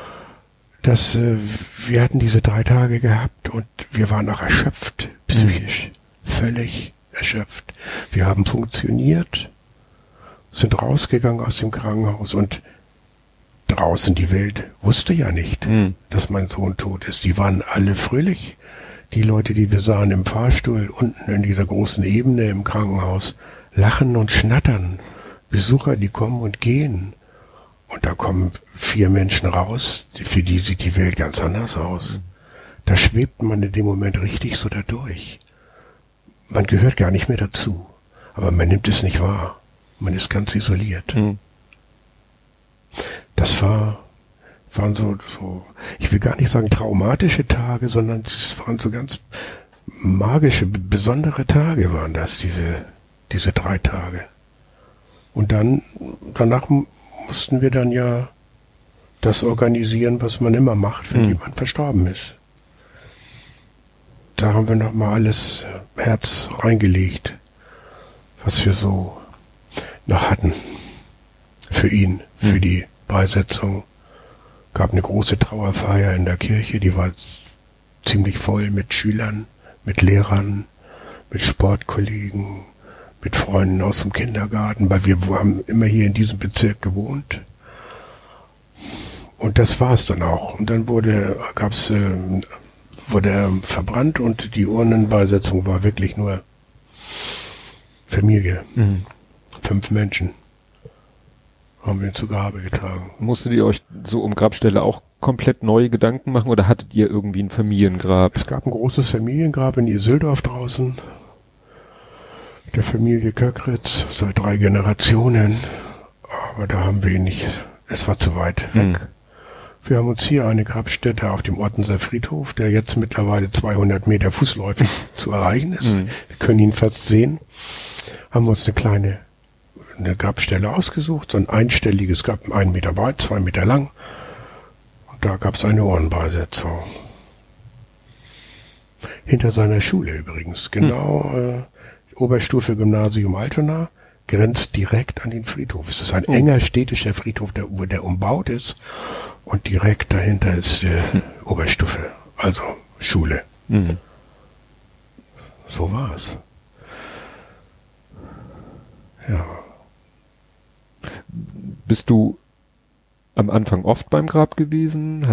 Wir hatten diese 3 Tage gehabt und wir waren auch erschöpft, psychisch, völlig erschöpft. Wir haben funktioniert, sind rausgegangen aus dem Krankenhaus und draußen die Welt wusste ja nicht, dass mein Sohn tot ist. Die waren alle fröhlich. Die Leute, die wir sahen im Fahrstuhl, unten in dieser großen Ebene im Krankenhaus, lachen und schnattern. Besucher, die kommen und gehen. Und da kommen 4 Menschen raus, für die sieht die Welt ganz anders aus. Da schwebt man in dem Moment richtig so dadurch. Man gehört gar nicht mehr dazu. Aber man nimmt es nicht wahr. Man ist ganz isoliert. Das waren so, ich will gar nicht sagen traumatische Tage, sondern das waren so ganz magische, besondere Tage waren das, diese 3 Tage. Und danach mussten wir dann ja das organisieren, was man immer macht, wenn jemand verstorben ist. Da haben wir nochmal alles Herz reingelegt, was wir so noch hatten. Für ihn, für die Beisetzung. Gab eine große Trauerfeier in der Kirche, die war ziemlich voll mit Schülern, mit Lehrern, mit Sportkollegen, mit Freunden aus dem Kindergarten, weil wir haben immer hier in diesem Bezirk gewohnt. Und das war's dann auch. Und dann wurde er verbrannt und die Urnenbeisetzung war wirklich nur Familie. 5 Menschen haben wir ihn zu Grabe getragen. Musstet ihr euch so um Grabstelle auch komplett neue Gedanken machen oder hattet ihr irgendwie ein Familiengrab? Es gab ein großes Familiengrab in Isildorf draußen, der Familie Köckritz, seit 3 Generationen. Aber da haben wir ihn nicht, es war zu weit weg. Wir haben uns hier eine Grabstätte auf dem Ottenser Friedhof, der jetzt mittlerweile 200 Meter fußläufig zu erreichen ist. Wir können ihn fast sehen. Haben uns eine Grabstelle ausgesucht, so ein einstelliges Grab, 1 Meter breit, 2 Meter lang. Und da gab es eine Urnenbeisetzung. Hinter seiner Schule übrigens, genau, Oberstufe Gymnasium Altona, grenzt direkt an den Friedhof. Es ist ein enger städtischer Friedhof, der umbaut ist. Und direkt dahinter ist Oberstufe, also Schule. so war's. Ja. Bist du am Anfang oft beim Grab gewesen?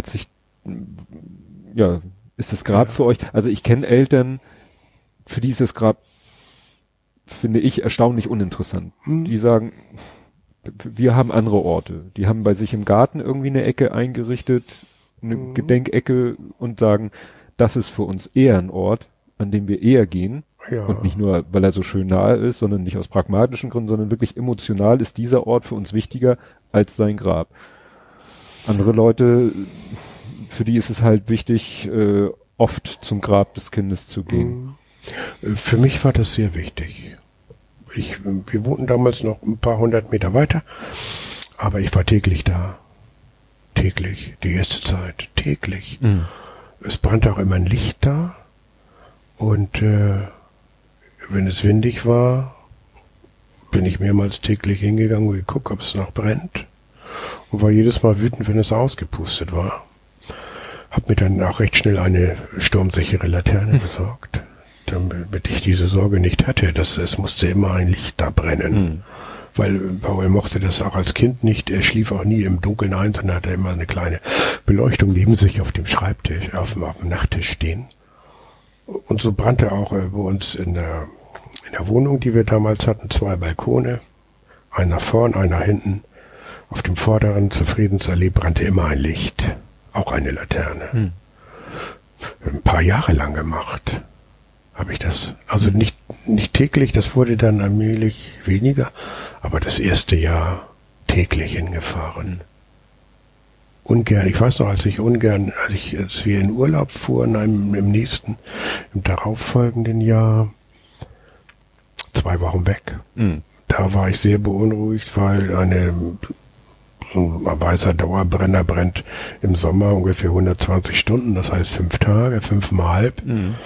Ist das Grab für euch? Also ich kenne Eltern, für die ist das Grab, finde ich, erstaunlich uninteressant. Die sagen, wir haben andere Orte. Die haben bei sich im Garten irgendwie eine Ecke eingerichtet, eine Gedenkecke und sagen, das ist für uns eher ein Ort, an dem wir eher gehen. Ja. Und nicht nur, weil er so schön nahe ist, sondern nicht aus pragmatischen Gründen, sondern wirklich emotional ist dieser Ort für uns wichtiger als sein Grab. Andere Leute, für die ist es halt wichtig, oft zum Grab des Kindes zu gehen. Für mich war das sehr wichtig. Wir wohnten damals noch ein paar 100 Meter weiter, aber ich war täglich da. Täglich, die erste Zeit, täglich. Es brannte auch immer ein Licht da und wenn es windig war, bin ich mehrmals täglich hingegangen und geguckt, ob es noch brennt und war jedes Mal wütend, wenn es ausgepustet war. Hab mir dann auch recht schnell eine sturmsichere Laterne besorgt, damit ich diese Sorge nicht hatte, dass es musste immer ein Licht da brennen. Weil Paul mochte das auch als Kind nicht. Er schlief auch nie im Dunkeln ein, sondern hatte immer eine kleine Beleuchtung neben sich auf dem Schreibtisch, auf dem Nachttisch stehen. Und so brannte auch bei uns in der Wohnung, die wir damals hatten, 2 Balkone. Einer vorn, einer hinten. Auf dem vorderen zur Friedensallee brannte immer ein Licht. Auch eine Laterne. Ein paar Jahre lang gemacht habe ich das. Also nicht täglich, das wurde dann allmählich weniger, aber das erste Jahr täglich hingefahren. Ungern, ich weiß noch, als wir in Urlaub fuhren, im darauffolgenden Jahr, 2 Wochen weg. Da war ich sehr beunruhigt, weil ein weißer Dauerbrenner brennt im Sommer ungefähr 120 Stunden, das heißt 5 Tage, 5,5.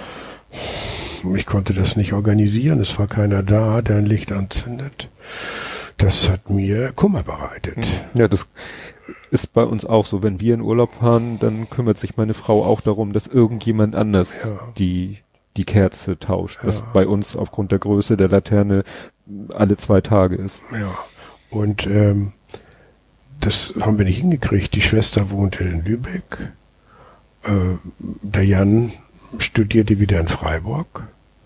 Ich konnte das nicht organisieren, es war keiner da, der ein Licht anzündet. Das hat mir Kummer bereitet. Ja, das ist bei uns auch so. Wenn wir in Urlaub fahren, dann kümmert sich meine Frau auch darum, dass irgendjemand anders die Kerze tauscht, was bei uns aufgrund der Größe der Laterne alle 2 Tage ist. Ja, und das haben wir nicht hingekriegt. Die Schwester wohnte in Lübeck. Der Jan studierte wieder in Freiburg.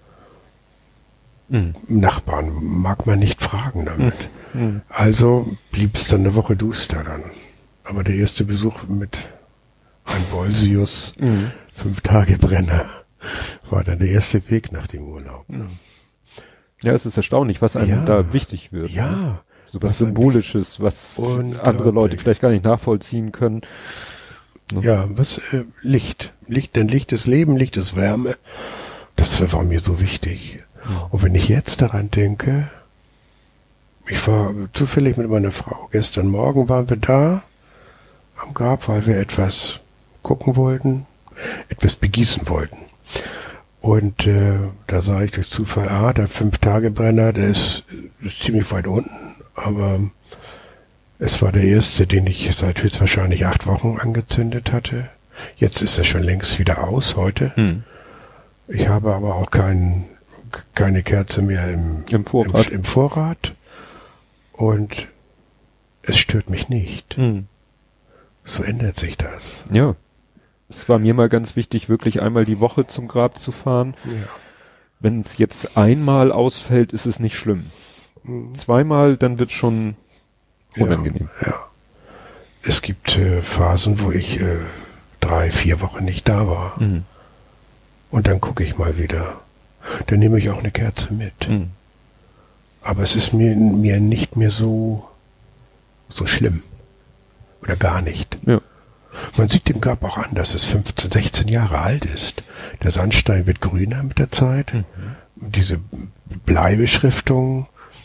Nachbarn mag man nicht fragen damit. Also blieb es dann eine Woche duster dann. Aber der erste Besuch mit einem Bolsius, 5 Tage Brenner, war dann der erste Weg nach dem Urlaub. Ja, es ist erstaunlich, was einem da wichtig wird. Ja. Ne? So was Symbolisches, was andere Leute vielleicht gar nicht nachvollziehen können. Ja, Licht. Denn Licht ist Leben, Licht ist Wärme. Das war mir so wichtig. Und wenn ich jetzt daran denke, ich war zufällig mit meiner Frau. Gestern Morgen waren wir da am Grab, weil wir etwas gucken wollten, etwas begießen wollten. Und da sah ich durch Zufall, der 5-Tage-Brenner, der ist ziemlich weit unten, aber es war der erste, den ich seit höchstwahrscheinlich 8 Wochen angezündet hatte. Jetzt ist er schon längst wieder aus, heute. Ich habe aber auch keine Kerze mehr im Vorrat. Und es stört mich nicht. So ändert sich das. Ja. Es war mir mal ganz wichtig, wirklich einmal die Woche zum Grab zu fahren. Ja. Wenn es jetzt einmal ausfällt, ist es nicht schlimm. 2-mal, dann wird schon unangenehm. Ja. Es gibt Phasen, wo ich 3-4 Wochen nicht da war. Und dann gucke ich mal wieder. Dann nehme ich auch eine Kerze mit. Aber es ist mir nicht mehr so schlimm. Oder gar nicht. Ja. Man sieht dem Grab auch an, dass es 15, 16 Jahre alt ist. Der Sandstein wird grüner mit der Zeit. Diese Bleibeschriftung,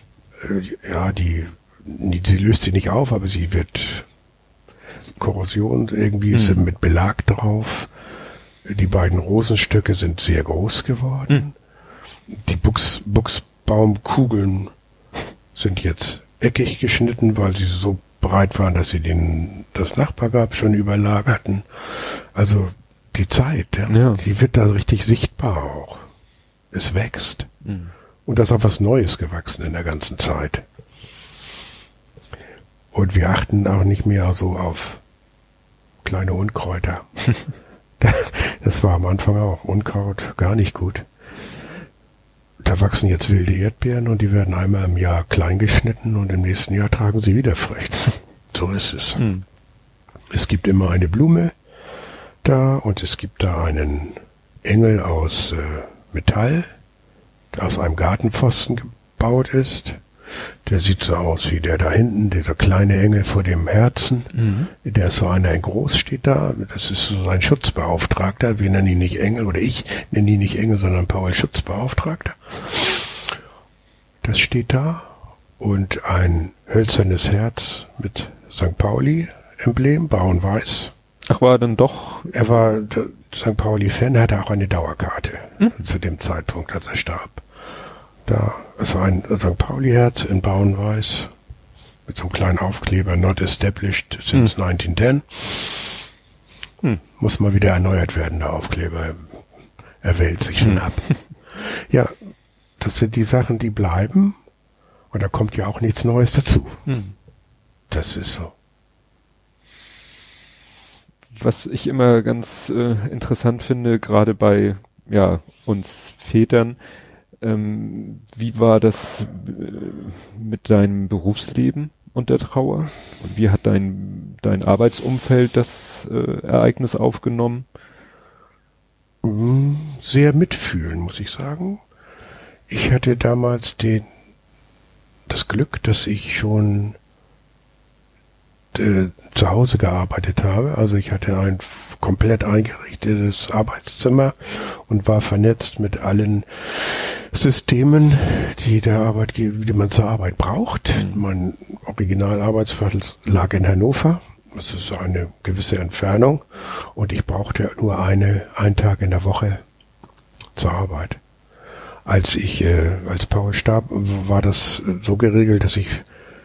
sie löst sich nicht auf, aber sie wird Korrosion, irgendwie ist mit Belag drauf. Die beiden Rosenstöcke sind sehr groß geworden. Die Buchsbaumkugeln sind jetzt eckig geschnitten, weil sie so breit waren, dass sie das Nachbargrab schon überlagerten. Also die Zeit, die wird da richtig sichtbar auch. Es wächst. Mhm. Und da ist auch was Neues gewachsen in der ganzen Zeit. Und wir achten auch nicht mehr so auf kleine Unkräuter. Das war am Anfang auch Unkraut gar nicht gut. Da wachsen jetzt wilde Erdbeeren und die werden einmal im Jahr klein geschnitten und im nächsten Jahr tragen sie wieder Früchte. So ist es. Hm. Es gibt immer eine Blume da und es gibt da einen Engel aus Metall, der aus einem Gartenpfosten gebaut ist. Der sieht so aus wie der da hinten, dieser kleine Engel vor dem Herzen. Mhm. Der ist so einer in groß, steht da. Das ist so sein Schutzbeauftragter. Wir nennen ihn nicht Engel, oder ich nenne ihn nicht Engel, sondern Paul Schutzbeauftragter. Das steht da. Und ein hölzernes Herz mit St. Pauli-Emblem, braun-weiß. Ach, war er dann doch? Er war St. Pauli-Fan, er hatte auch eine Dauerkarte zu dem Zeitpunkt, als er starb. Da ist ein St. Pauli-Herz in braun-weiß mit so einem kleinen Aufkleber, not established since 1910. Muss mal wieder erneuert werden, der Aufkleber. Er wählt sich schon ab. Ja, das sind die Sachen, die bleiben. Und da kommt ja auch nichts Neues dazu. Das ist so. Was ich immer ganz interessant finde, gerade bei uns Vätern, wie war das mit deinem Berufsleben und der Trauer? Und wie hat dein Arbeitsumfeld das Ereignis aufgenommen? Sehr mitfühlen, muss ich sagen. Ich hatte damals das Glück, dass ich schon zu Hause gearbeitet habe. Also ich hatte ein komplett eingerichtetes Arbeitszimmer und war vernetzt mit allen Systemen, die man zur Arbeit braucht. Mein Originalarbeitsplatz lag in Hannover. Das ist eine gewisse Entfernung und ich brauchte nur einen Tag in der Woche zur Arbeit. Als Paul starb, war das so geregelt, dass ich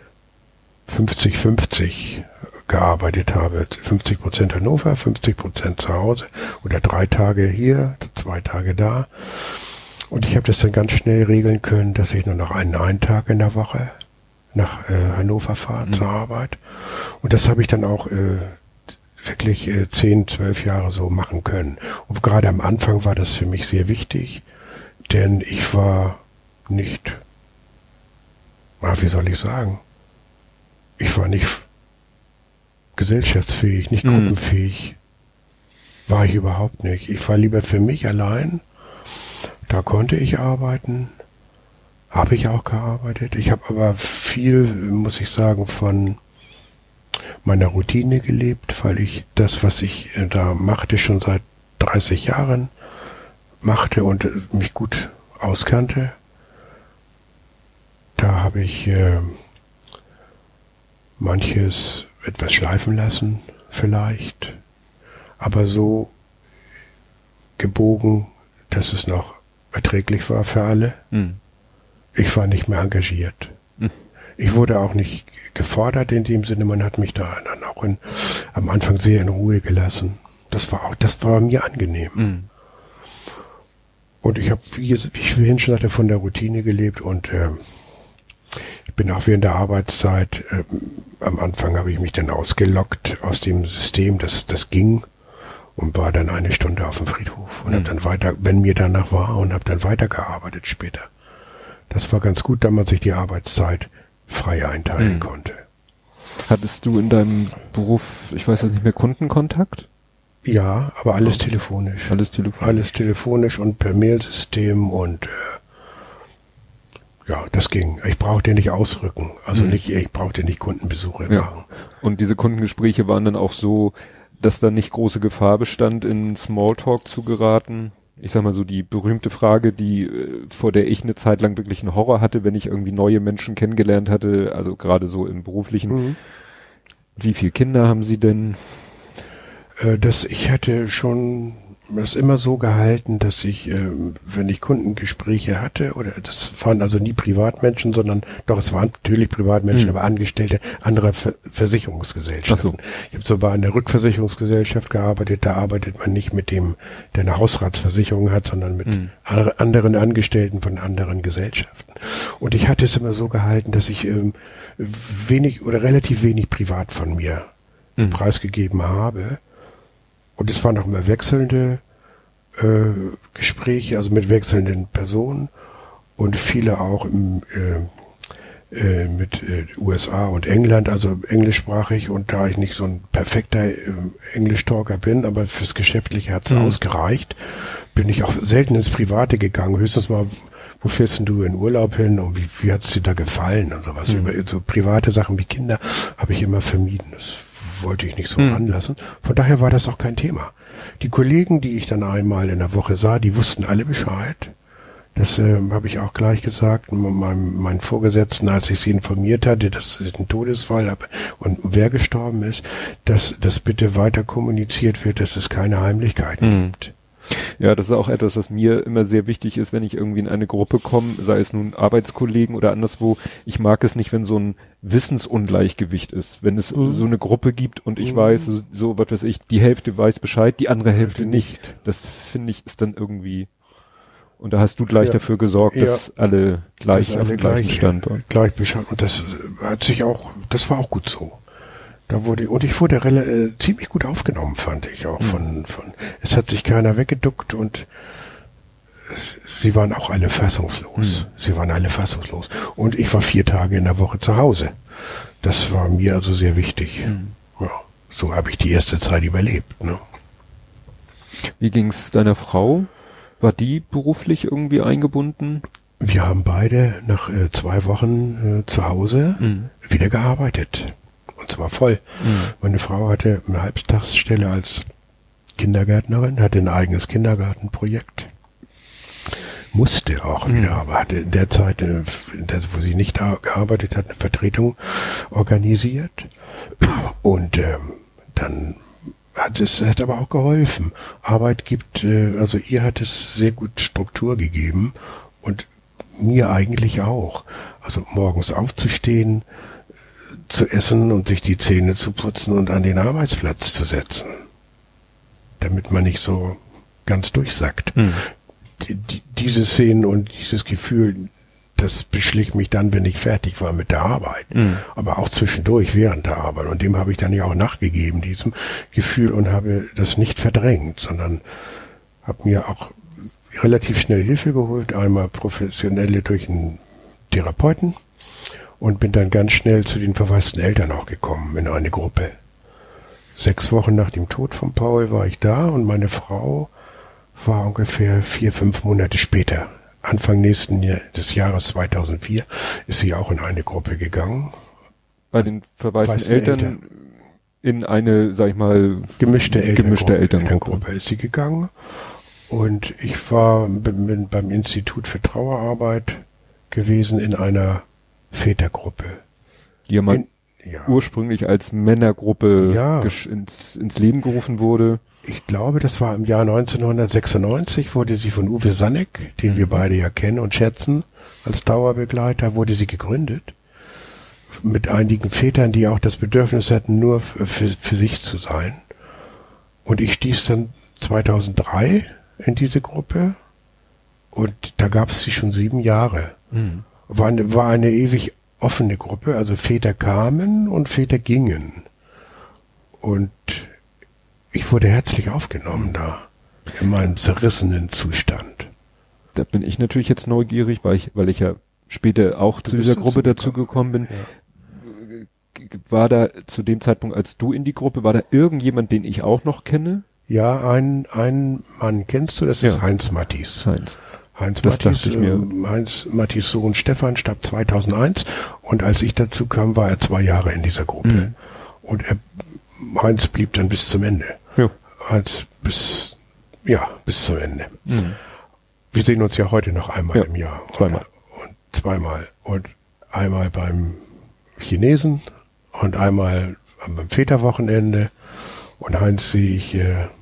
50-50 gearbeitet habe. 50% Hannover, 50% zu Hause oder 3 Tage hier, 2 Tage da. Und ich habe das dann ganz schnell regeln können, dass ich nur noch einen Tag in der Woche nach Hannover fahre zur Arbeit. Und das habe ich dann auch wirklich 10, 12 Jahre so machen können. Und gerade am Anfang war das für mich sehr wichtig, denn ich war nicht, wie soll ich sagen, ich war nicht gesellschaftsfähig, nicht gruppenfähig. War ich überhaupt nicht. Ich war lieber für mich allein. Da konnte ich arbeiten. Habe ich auch gearbeitet. Ich habe aber viel, muss ich sagen, von meiner Routine gelebt, weil ich das, was ich da machte, schon seit 30 Jahren machte und mich gut auskannte. Da habe ich manches etwas schleifen lassen, vielleicht, aber so gebogen, dass es noch erträglich war für alle. Ich war nicht mehr engagiert. Ich wurde auch nicht gefordert in dem Sinne, man hat mich da dann auch am Anfang sehr in Ruhe gelassen. Das war mir angenehm. Und ich habe, wie ich vorhin schon sagte, von der Routine gelebt und ich bin auch während der Arbeitszeit, am Anfang habe ich mich dann ausgelockt aus dem System, das ging und war dann 1 Stunde auf dem Friedhof und habe dann weiter, wenn mir danach war, und habe dann weitergearbeitet später. Das war ganz gut, da man sich die Arbeitszeit frei einteilen konnte. Hattest du in deinem Beruf, ich weiß jetzt nicht mehr, Kundenkontakt? Ja, aber alles telefonisch. Alles telefonisch. Alles telefonisch und per Mailsystem und ja, das ging. Ich brauchte nicht ausrücken. Also ich brauchte nicht Kundenbesuche machen. Und diese Kundengespräche waren dann auch so, dass da nicht große Gefahr bestand, in Smalltalk zu geraten? Ich sag mal so, die berühmte Frage, vor der ich eine Zeit lang wirklich einen Horror hatte, wenn ich irgendwie neue Menschen kennengelernt hatte, also gerade so im beruflichen. Wie viele Kinder haben Sie denn? Ich hatte schon das immer so gehalten, dass ich, wenn ich Kundengespräche hatte, oder das waren also nie Privatmenschen, sondern doch, es waren natürlich Privatmenschen, aber Angestellte anderer Versicherungsgesellschaften. Ach so. Ich habe so bei einer Rückversicherungsgesellschaft gearbeitet, da arbeitet man nicht mit dem, der eine Hausratsversicherung hat, sondern mit anderen Angestellten von anderen Gesellschaften. Und ich hatte es immer so gehalten, dass ich wenig oder relativ wenig privat von mir preisgegeben habe. Und es waren auch immer wechselnde Gespräche, also mit wechselnden Personen und viele auch mit USA und England, also englischsprachig. Und da ich nicht so ein perfekter Englisch-Talker bin, aber fürs Geschäftliche hat es ausgereicht, bin ich auch selten ins Private gegangen. Höchstens mal, wo fährst denn du in Urlaub hin und wie hat es dir da gefallen und sowas. Über so private Sachen wie Kinder habe ich immer vermieden. Das wollte ich nicht so ranlassen. Von daher war das auch kein Thema. Die Kollegen, die ich dann einmal in der Woche sah, die wussten alle Bescheid. Das habe ich auch gleich gesagt, meinen Vorgesetzten, als ich sie informiert hatte, dass es ein Todesfall habe und wer gestorben ist, dass das bitte weiter kommuniziert wird, dass es keine Heimlichkeiten gibt. Ja, das ist auch etwas, was mir immer sehr wichtig ist, wenn ich irgendwie in eine Gruppe komme, sei es nun Arbeitskollegen oder anderswo. Ich mag es nicht, wenn so ein Wissensungleichgewicht ist. Wenn es so eine Gruppe gibt und ich weiß, so was weiß ich, die Hälfte weiß Bescheid, die andere Hälfte nicht. Das finde ich ist dann irgendwie, und da hast du gleich dafür gesorgt, dass alle gleich auf dem gleichen Stand waren. Gleich Bescheid. Und das hat sich auch, das war auch gut so. Und ich wurde ziemlich gut aufgenommen, fand ich auch es hat sich keiner weggeduckt und sie waren auch alle fassungslos. Sie waren alle fassungslos. Und ich war 4 Tage in der Woche zu Hause. Das war mir also sehr wichtig. Ja, so habe ich die erste Zeit überlebt. Ne? Wie ging's deiner Frau? War die beruflich irgendwie eingebunden? Wir haben beide nach 2 Wochen zu Hause wieder gearbeitet. Und zwar voll. Meine Frau hatte eine Halbtagsstelle als Kindergärtnerin, hatte ein eigenes Kindergartenprojekt. Musste auch wieder, aber hatte in der Zeit, wo sie nicht gearbeitet hat, eine Vertretung organisiert. Und dann hat aber auch geholfen. Arbeit gibt, also ihr hat es sehr gut Struktur gegeben und mir eigentlich auch. Also morgens aufzustehen, zu essen und sich die Zähne zu putzen und an den Arbeitsplatz zu setzen, damit man nicht so ganz durchsackt. Diese Szenen und dieses Gefühl, das beschlich mich dann, wenn ich fertig war mit der Arbeit, aber auch zwischendurch während der Arbeit. Und dem habe ich dann ja auch nachgegeben, diesem Gefühl, und habe das nicht verdrängt, sondern habe mir auch relativ schnell Hilfe geholt, einmal professionelle durch einen Therapeuten, und bin dann ganz schnell zu den verwaisten Eltern auch gekommen, in eine Gruppe. 6 Wochen nach dem Tod von Paul war ich da und meine Frau war ungefähr 4-5 Monate später. Anfang des Jahres 2004 ist sie auch in eine Gruppe gegangen. Bei den verwaisten Eltern in eine, sag ich mal, gemischte Elterngruppe ist sie gegangen. Und ich war beim Institut für Trauerarbeit gewesen in einer Vätergruppe. Die ja mal ursprünglich als Männergruppe ins Leben gerufen wurde. Ich glaube, das war im Jahr 1996, wurde sie von Uwe Sanneck, den wir beide ja kennen und schätzen, als Dauerbegleiter, wurde sie gegründet. Mit einigen Vätern, die auch das Bedürfnis hatten, nur für sich zu sein. Und ich stieß dann 2003 in diese Gruppe und da gab es sie schon 7 Jahre. War eine ewig offene Gruppe, also Väter kamen und Väter gingen. Und ich wurde herzlich aufgenommen da, in meinem zerrissenen Zustand. Da bin ich natürlich jetzt neugierig, weil ich ja später auch zu dieser Gruppe dazugekommen bin. Ja. War da zu dem Zeitpunkt, als du in die Gruppe, war da irgendjemand, den ich auch noch kenne? Ja, ein Mann kennst du, das ist Heinz Mattis. Heinz Mattis Sohn Stefan starb 2001 und als ich dazu kam, war er 2 Jahre in dieser Gruppe. Und Heinz blieb dann bis zum Ende. Ja. Bis zum Ende. Wir sehen uns ja heute noch einmal im Jahr. Zweimal. Und einmal beim Chinesen und einmal beim Väterwochenende. Und Heinz sehe ich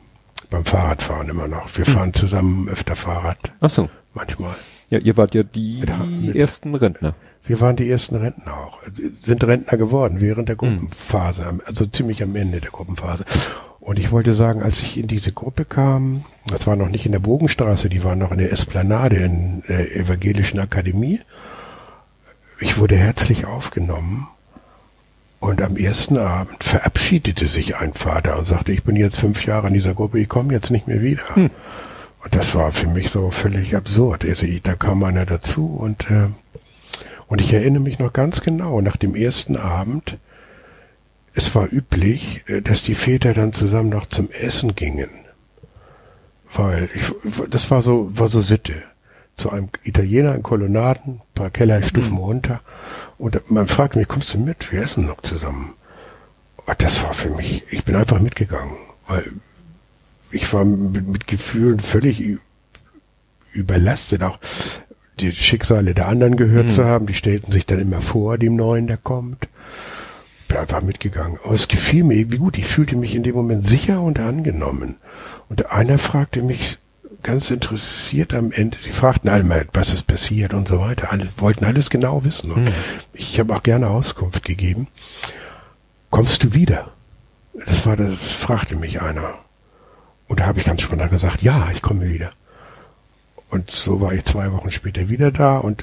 Beim Fahrradfahren immer noch. Wir fahren zusammen öfter Fahrrad. Ach so. Manchmal. Ja, ihr wart ja die ersten Rentner. Wir waren die ersten Rentner auch. Sind Rentner geworden während der Gruppenphase. Also ziemlich am Ende der Gruppenphase. Und ich wollte sagen, als ich in diese Gruppe kam, das war noch nicht in der Bogenstraße, die waren noch in der Esplanade in der Evangelischen Akademie. Ich wurde herzlich aufgenommen. Und am ersten Abend verabschiedete sich ein Vater und sagte, ich bin jetzt 5 Jahre in dieser Gruppe, ich komme jetzt nicht mehr wieder. Und das war für mich so völlig absurd. Also da kam einer dazu und ich erinnere mich noch ganz genau, nach dem ersten Abend, es war üblich, dass die Väter dann zusammen noch zum Essen gingen. Weil das war so Sitte. Zu einem Italiener in Kolonnaden, ein paar Kellerstufen runter. Und man fragte mich, kommst du mit? Wir essen noch zusammen. Und das war für mich, ich bin einfach mitgegangen, weil ich war mit Gefühlen völlig überlastet, auch die Schicksale der anderen gehört zu haben. Die stellten sich dann immer vor, dem Neuen, der kommt. Bin einfach mitgegangen. Aber es gefiel mir irgendwie gut. Ich fühlte mich in dem Moment sicher und angenommen. Und einer fragte mich, ganz interessiert am Ende, sie fragten alle mal, was ist passiert und so weiter. Alle wollten alles genau wissen. Und ich habe auch gerne Auskunft gegeben. Kommst du wieder? Das fragte mich einer. Und da habe ich ganz spontan gesagt, ja, ich komme wieder. Und so war ich 2 Wochen später wieder da und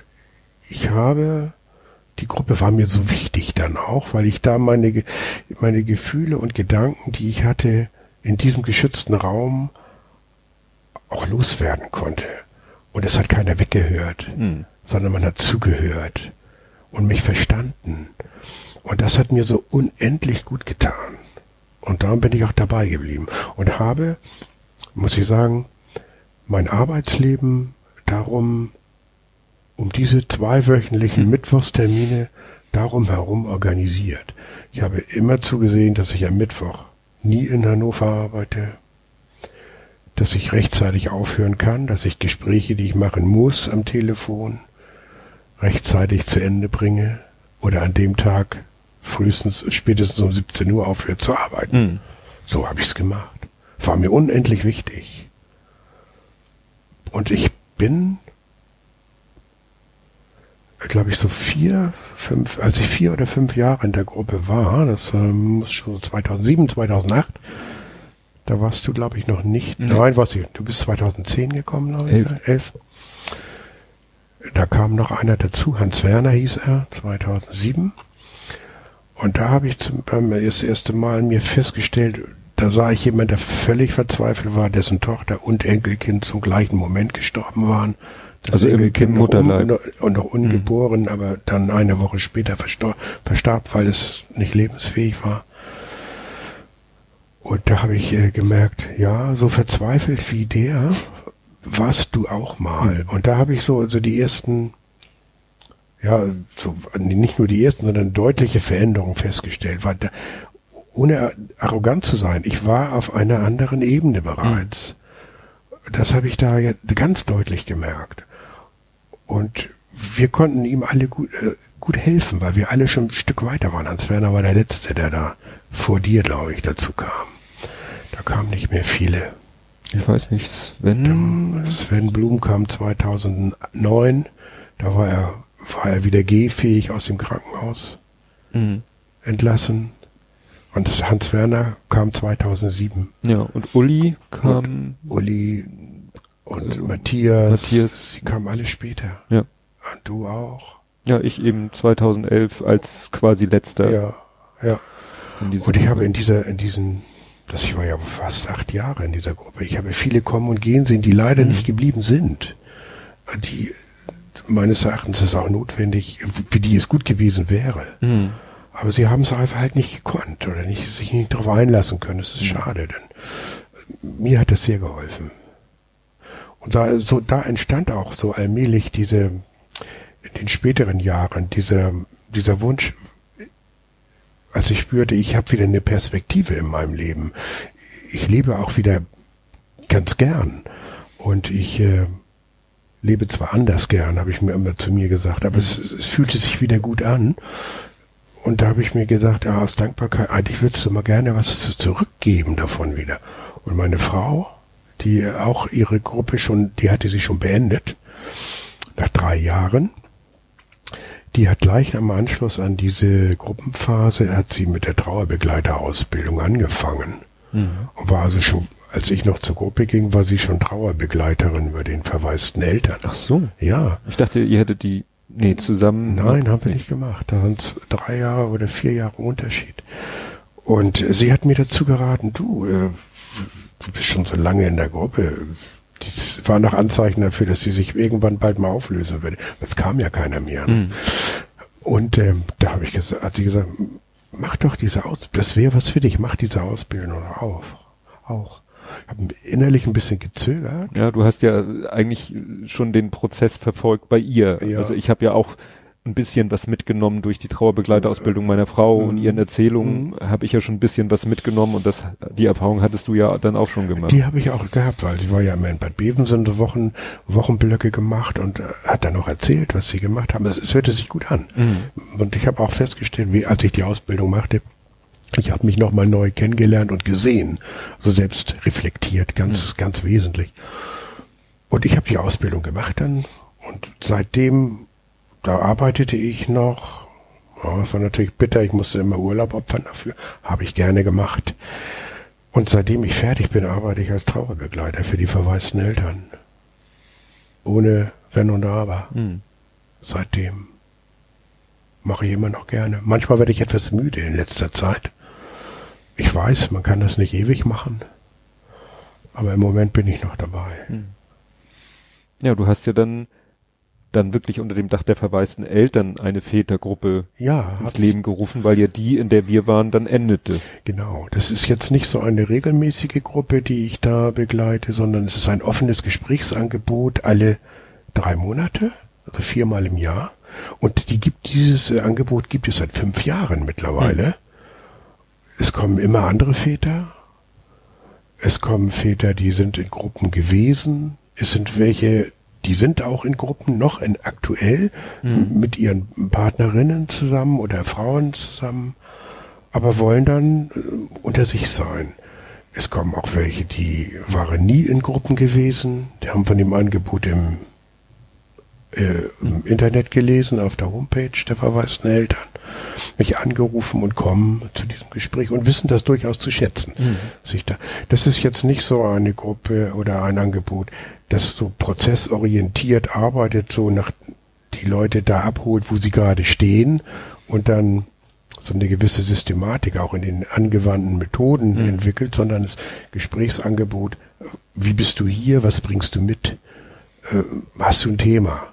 die Gruppe war mir so wichtig dann auch, weil ich da meine Gefühle und Gedanken, die ich hatte, in diesem geschützten Raum auch loswerden konnte. Und es hat keiner weggehört, sondern man hat zugehört und mich verstanden. Und das hat mir so unendlich gut getan. Und darum bin ich auch dabei geblieben. Und habe, muss ich sagen, mein Arbeitsleben darum, um diese 2-wöchentlichen Mittwochstermine darum herum organisiert. Ich habe immer zugesehen, dass ich am Mittwoch nie in Hannover arbeite, dass ich rechtzeitig aufhören kann, dass ich Gespräche, die ich machen muss am Telefon, rechtzeitig zu Ende bringe oder an dem Tag spätestens um 17 Uhr aufhöre zu arbeiten. So habe ich es gemacht. War mir unendlich wichtig. Und ich bin, glaube ich, so 4, 5, als ich 4 oder 5 Jahre in der Gruppe war, das muss schon 2007, 2008, da warst du, glaube ich, noch nicht. Nein, du bist 2010 gekommen, glaube ich. 11. Da kam noch einer dazu, Hans Werner hieß er, 2007. Und da habe ich das erste Mal mir festgestellt, da sah ich jemanden, der völlig verzweifelt war, dessen Tochter und Enkelkind zum gleichen Moment gestorben waren. Das also Enkelkind im Mutterleib. Noch ungeboren, aber dann eine Woche später verstarb, weil es nicht lebensfähig war. Und da habe ich gemerkt, ja, so verzweifelt wie der warst du auch mal. Und da habe ich so die ersten, ja, so nicht nur die ersten, sondern deutliche Veränderungen festgestellt. Weil ohne arrogant zu sein, ich war auf einer anderen Ebene bereits. Das habe ich da ganz deutlich gemerkt. Und wir konnten ihm alle gut helfen, weil wir alle schon ein Stück weiter waren. Hans Werner war der Letzte, der da vor dir, glaube ich, dazu kam. Da kamen nicht mehr viele. Ich weiß nicht, Sven Blum kam 2009. Da war er wieder gehfähig aus dem Krankenhaus entlassen. Und Hans Werner kam 2007. Ja, und Uli kam. Uli und Matthias, die kamen alle später. Ja. Und du auch. Ja, ich eben 2011 als quasi letzter. Ja. Und ich habe ich war ja fast 8 Jahre in dieser Gruppe. Ich habe viele kommen und gehen sehen, die leider nicht geblieben sind. Die, meines Erachtens ist auch notwendig, für die es gut gewesen wäre. Aber sie haben es einfach halt nicht gekonnt oder sich nicht darauf einlassen können. Das ist schade, denn mir hat das sehr geholfen. Und da entstand auch so allmählich in den späteren Jahren dieser Wunsch, als ich spürte, ich habe wieder eine Perspektive in meinem Leben. Ich lebe auch wieder ganz gern. Und ich lebe zwar anders gern, habe ich mir immer zu mir gesagt, aber es fühlte sich wieder gut an. Und da habe ich mir gedacht, aus Dankbarkeit, eigentlich würdest du mal gerne was zurückgeben davon wieder. Und meine Frau die auch ihre Gruppe die hatte sie schon beendet, nach 3 Jahren. Die hat gleich am Anschluss an diese Gruppenphase, hat sie mit der Trauerbegleiterausbildung angefangen. Und war also schon, als ich noch zur Gruppe ging, war sie schon Trauerbegleiterin über den verwaisten Eltern. Ach so. Ja. Ich dachte, ihr hättet die, zusammen. Nein, haben wir nicht gemacht. Da sind 3 Jahre oder 4 Jahre Unterschied. Und sie hat mir dazu geraten, du bist schon so lange in der Gruppe. Das war noch Anzeichen dafür, dass sie sich irgendwann bald mal auflösen würde. Es kam ja keiner mehr. Ne? Und da hat sie gesagt, mach doch diese Ausbildung, das wäre was für dich, mach diese Ausbildung auch. Ich habe innerlich ein bisschen gezögert. Ja, du hast ja eigentlich schon den Prozess verfolgt bei ihr. Ja. Also ich habe ja auch ein bisschen was mitgenommen durch die Trauerbegleiterausbildung meiner Frau und ihren Erzählungen habe ich ja schon ein bisschen was mitgenommen und die Erfahrung hattest du ja dann auch schon gemacht. Die habe ich auch gehabt, weil sie war ja immer in Bad Bevensen so Wochenblöcke gemacht und hat dann noch erzählt, was sie gemacht haben. Es hörte sich gut an. Und ich habe auch festgestellt, als ich die Ausbildung machte, ich habe mich nochmal neu kennengelernt und gesehen, so selbst reflektiert, ganz wesentlich. Und ich habe die Ausbildung gemacht dann und seitdem da arbeitete ich noch, es war natürlich bitter, ich musste immer Urlaub opfern dafür, habe ich gerne gemacht. Und seitdem ich fertig bin, arbeite ich als Trauerbegleiter für die verwaisten Eltern. Ohne Wenn und Aber. Seitdem mache ich immer noch gerne. Manchmal werde ich etwas müde in letzter Zeit. Ich weiß, man kann das nicht ewig machen, aber im Moment bin ich noch dabei. Ja, du hast ja dann wirklich unter dem Dach der verwaisten Eltern eine Vätergruppe ins Leben gerufen, weil ja die, in der wir waren, dann endete. Genau, das ist jetzt nicht so eine regelmäßige Gruppe, die ich da begleite, sondern es ist ein offenes Gesprächsangebot alle 3 Monate, also 4-mal im Jahr. Und dieses Angebot gibt es seit 5 Jahren mittlerweile. Es kommen immer andere Väter. Es kommen Väter, die sind in Gruppen gewesen. Es sind welche, die sind auch in Gruppen noch aktuell mit ihren Partnerinnen zusammen oder Frauen zusammen, aber wollen dann unter sich sein. Es kommen auch welche, die waren nie in Gruppen gewesen, die haben von dem Angebot im Internet gelesen, auf der Homepage der verwaisten Eltern, mich angerufen und kommen zu diesem Gespräch und wissen das durchaus zu schätzen. Das ist jetzt nicht so eine Gruppe oder ein Angebot, das so prozessorientiert arbeitet, so nach die Leute da abholt, wo sie gerade stehen und dann so eine gewisse Systematik auch in den angewandten Methoden entwickelt, sondern das Gesprächsangebot, wie bist du hier, was bringst du mit, hast du ein Thema?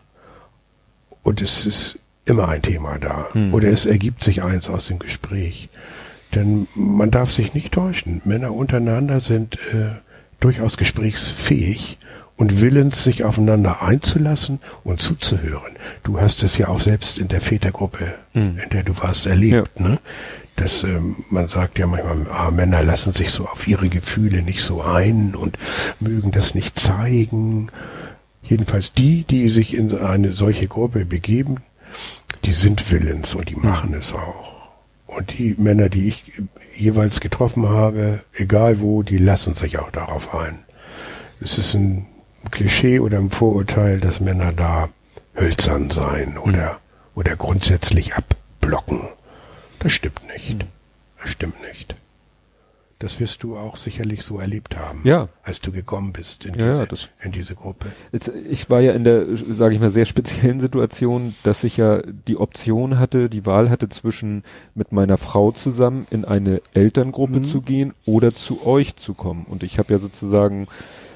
Und es ist immer ein Thema da. Oder es ergibt sich eins aus dem Gespräch. Denn man darf sich nicht täuschen. Männer untereinander sind durchaus gesprächsfähig und willens, sich aufeinander einzulassen und zuzuhören. Du hast es ja auch selbst in der Vätergruppe, in der du warst, erlebt. Ja. Ne? Dass man sagt ja manchmal, Männer lassen sich so auf ihre Gefühle nicht so ein und mögen das nicht zeigen. Jedenfalls die sich in eine solche Gruppe begeben, die sind willens und die machen es auch. Und die Männer, die ich jeweils getroffen habe, egal wo, die lassen sich auch darauf ein. Es ist ein Klischee oder ein Vorurteil, dass Männer da hölzern sein oder grundsätzlich abblocken. Das stimmt nicht. Das stimmt nicht. Das wirst du auch sicherlich so erlebt haben, als du gekommen bist in diese Gruppe. Ich war ja in der, sage ich mal, sehr speziellen Situation, dass ich ja die Option hatte, die Wahl hatte zwischen mit meiner Frau zusammen in eine Elterngruppe zu gehen oder zu euch zu kommen. Und ich habe ja sozusagen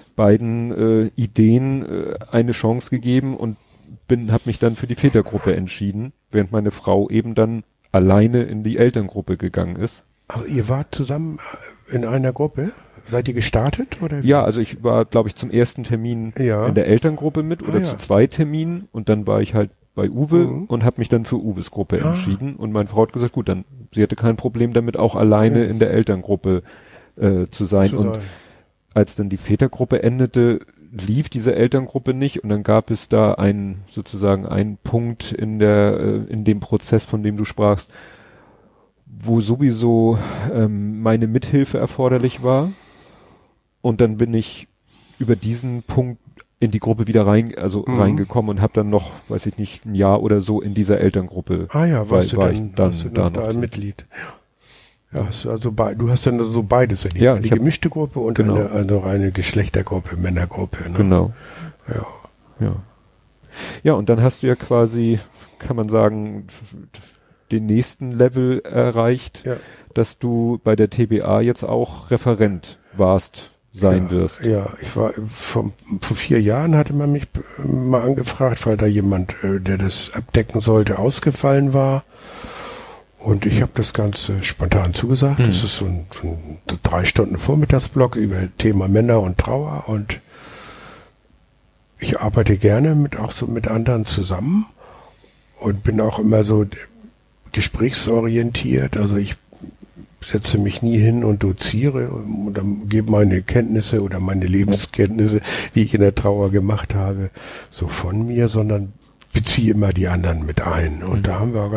beiden Ideen eine Chance gegeben und habe mich dann für die Vätergruppe entschieden, während meine Frau eben dann alleine in die Elterngruppe gegangen ist. Aber ihr wart zusammen in einer Gruppe? Seid ihr gestartet? Oder wie? Ja, also ich war, glaube ich, zum ersten Termin in der Elterngruppe mit oder zu 2 Terminen und dann war ich halt bei Uwe und habe mich dann für Uwes Gruppe entschieden und meine Frau hat gesagt, gut, dann sie hatte kein Problem damit, auch alleine in der Elterngruppe zu sein. Und als dann die Vätergruppe endete, lief diese Elterngruppe nicht und dann gab es da einen Punkt in dem Prozess, von dem du sprachst, wo sowieso meine Mithilfe erforderlich war. Und dann bin ich über diesen Punkt in die Gruppe wieder reingekommen und habe dann noch, weiß ich nicht, ein Jahr oder so in dieser Elterngruppe. Ah ja, warst du dann da ein Mitglied. Ja, also du hast dann so beides erlebt. Ja, die gemischte Gruppe und eine Geschlechtergruppe, Männergruppe. Ne? Genau. Ja. Ja, und dann hast du ja quasi, kann man sagen, den nächsten Level erreicht, dass du bei der TBA jetzt auch Referent sein wirst. Ja, ich war vor 4 Jahren hatte man mich mal angefragt, weil da jemand, der das abdecken sollte, ausgefallen war. Und ich habe das Ganze spontan zugesagt. Das ist so ein 3 Stunden Vormittagsblock über Thema Männer und Trauer. Und ich arbeite gerne mit anderen zusammen und bin auch immer so gesprächsorientiert. Also ich setze mich nie hin und doziere oder gebe meine Kenntnisse oder meine Lebenskenntnisse, die ich in der Trauer gemacht habe, so von mir, sondern beziehe immer die anderen mit ein. Und da haben wir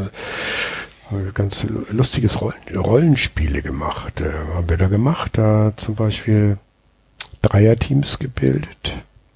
ganz lustiges Rollenspiele gemacht. Haben wir da gemacht, da zum Beispiel 3er-Teams gebildet.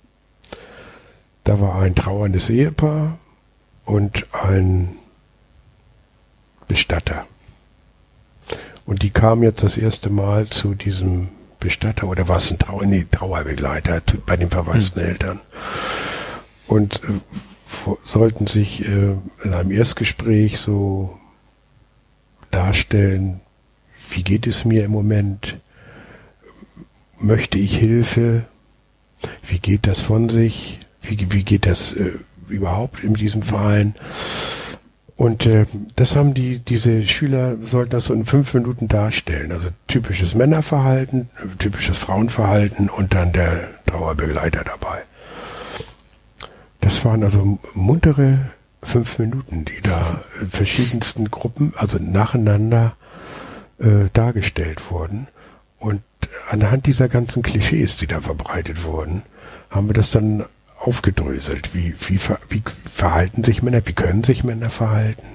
Da war ein trauerndes Ehepaar und ein Bestatter. Und die kamen jetzt das erste Mal zu diesem Bestatter, oder war es ein Trauerbegleiter bei den verwaisten Eltern. Und sollten sich in einem Erstgespräch so darstellen, wie geht es mir im Moment? Möchte ich Hilfe? Wie geht das von sich? Wie geht das überhaupt in diesem Verein? Und das haben diese Schüler sollten das so in 5 Minuten darstellen. Also typisches Männerverhalten, typisches Frauenverhalten und dann der Trauerbegleiter dabei. Das waren also muntere 5 Minuten, die da in verschiedensten Gruppen, also nacheinander dargestellt wurden. Und anhand dieser ganzen Klischees, die da verbreitet wurden, haben wir das dann aufgedröselt. Wie verhalten sich Männer? Wie können sich Männer verhalten?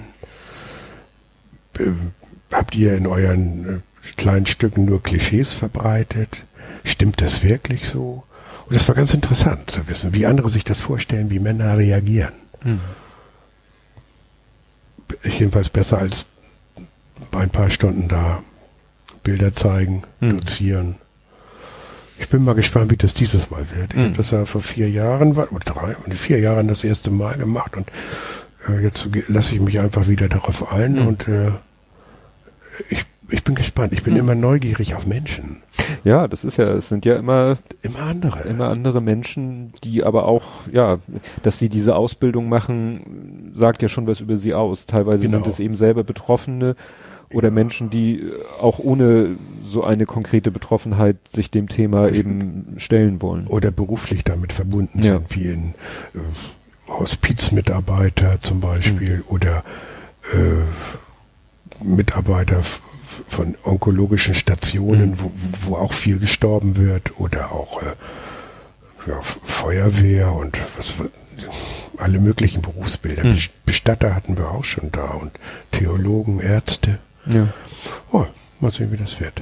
Habt ihr in euren kleinen Stücken nur Klischees verbreitet? Stimmt das wirklich so? Und das war ganz interessant zu wissen, wie andere sich das vorstellen, wie Männer reagieren. Jedenfalls besser als bei ein paar Stunden da Bilder zeigen, dozieren. Ich bin mal gespannt, wie das dieses Mal wird. Ich habe das ja vor 4 Jahren, oder 4 Jahren das erste Mal gemacht und jetzt lasse ich mich einfach wieder darauf ein und ich bin gespannt. Ich bin immer neugierig auf Menschen. Ja, es sind ja immer andere Menschen, die aber auch, dass sie diese Ausbildung machen, sagt ja schon was über sie aus. Teilweise sind es eben selber Betroffene oder Menschen, die auch ohne so eine konkrete Betroffenheit sich dem Thema eben stellen wollen. Oder beruflich damit verbunden sind, wie ein Hospizmitarbeiter zum Beispiel oder Mitarbeiter von onkologischen Stationen, wo auch viel gestorben wird, oder auch Feuerwehr und alle möglichen Berufsbilder. Bestatter hatten wir auch schon da und Theologen, Ärzte. Ja. Oh, mal sehen, wie das wird.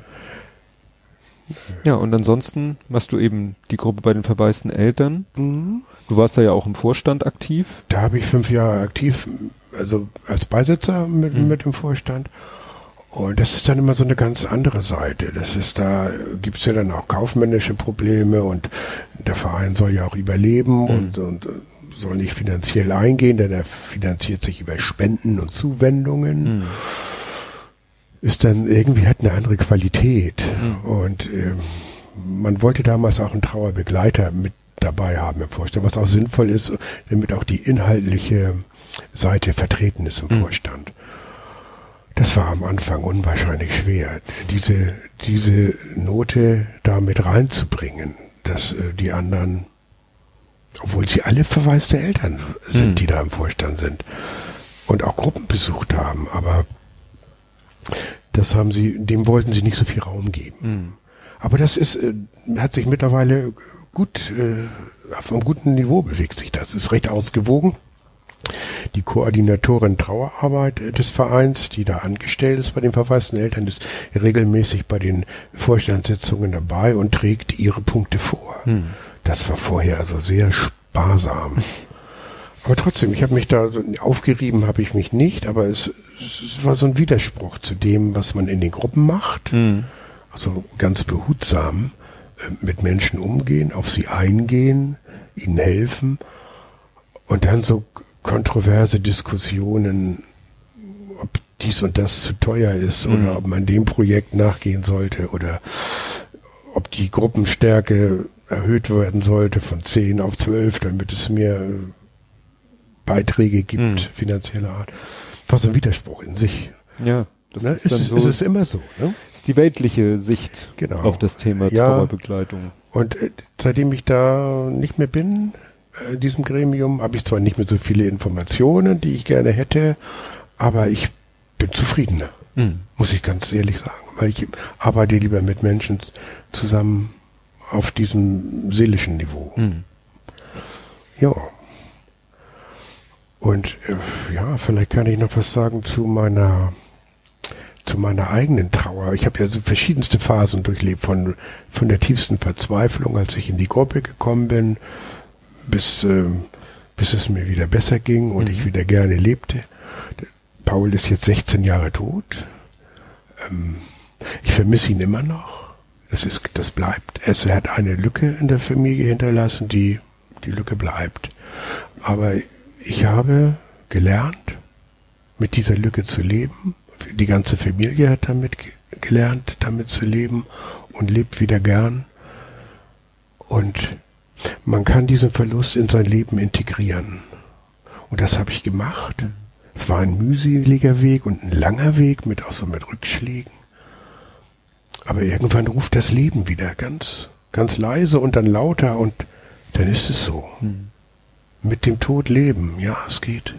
Ja, und ansonsten machst du eben die Gruppe bei den verwaisten Eltern. Du warst da ja auch im Vorstand aktiv. Da habe ich 5 Jahre aktiv, also als Beisitzer mit im Vorstand. Und das ist dann immer so eine ganz andere Seite. Da gibt's ja dann auch kaufmännische Probleme und der Verein soll ja auch überleben und soll nicht finanziell eingehen, denn er finanziert sich über Spenden und Zuwendungen. Ist dann irgendwie, hat eine andere Qualität. Und man wollte damals auch einen Trauerbegleiter mit dabei haben im Vorstand, was auch sinnvoll ist, damit auch die inhaltliche Seite vertreten ist im Vorstand. Das war am Anfang unwahrscheinlich schwer, diese Note da mit reinzubringen, dass die anderen, obwohl sie alle verwaiste Eltern sind, die da im Vorstand sind und auch Gruppen besucht haben, aber dem wollten sie nicht so viel Raum geben. Aber das hat sich mittlerweile gut, auf einem guten Niveau bewegt sich das. Ist recht ausgewogen. die Koordinatorin Trauerarbeit des Vereins, die da angestellt ist bei den verwaisten Eltern, ist regelmäßig bei den Vorstandssitzungen dabei und trägt ihre Punkte vor. Das war vorher also sehr sparsam. Aber trotzdem, ich habe mich da aufgerieben, habe ich mich nicht, aber es war so ein Widerspruch zu dem, was man in den Gruppen macht. Also ganz behutsam mit Menschen umgehen, auf sie eingehen, ihnen helfen und dann so kontroverse Diskussionen, ob dies und das zu teuer ist oder ob man dem Projekt nachgehen sollte oder ob die Gruppenstärke erhöht werden sollte von 10 auf 12, damit es mehr Beiträge gibt, finanzieller Art. Was so ein Widerspruch in sich. Ja, das ist dann so. Ist es immer so, ne? Ist die weltliche Sicht auf das Thema Trauerbegleitung. Und seitdem ich da nicht mehr bin, in diesem Gremium, habe ich zwar nicht mehr so viele Informationen, die ich gerne hätte, aber ich bin zufriedener, muss ich ganz ehrlich sagen, weil ich arbeite lieber mit Menschen zusammen auf diesem seelischen Niveau. Ja. Und vielleicht kann ich noch was sagen zu meiner eigenen Trauer. Ich habe ja so verschiedenste Phasen durchlebt, von der tiefsten Verzweiflung, als ich in die Gruppe gekommen bin, bis es mir wieder besser ging und ich wieder gerne lebte. Paul ist jetzt 16 Jahre tot. Ich vermisse ihn immer noch. Das bleibt. Er hat eine Lücke in der Familie hinterlassen, die Lücke bleibt. Aber ich habe gelernt, mit dieser Lücke zu leben. Die ganze Familie hat damit gelernt, damit zu leben und lebt wieder gern. Und man kann diesen Verlust in sein Leben integrieren. Und das habe ich gemacht. Es war ein mühseliger Weg und ein langer Weg mit Rückschlägen. Aber irgendwann ruft das Leben wieder ganz, ganz leise und dann lauter und dann ist es so. Mit dem Tod leben, ja, es geht.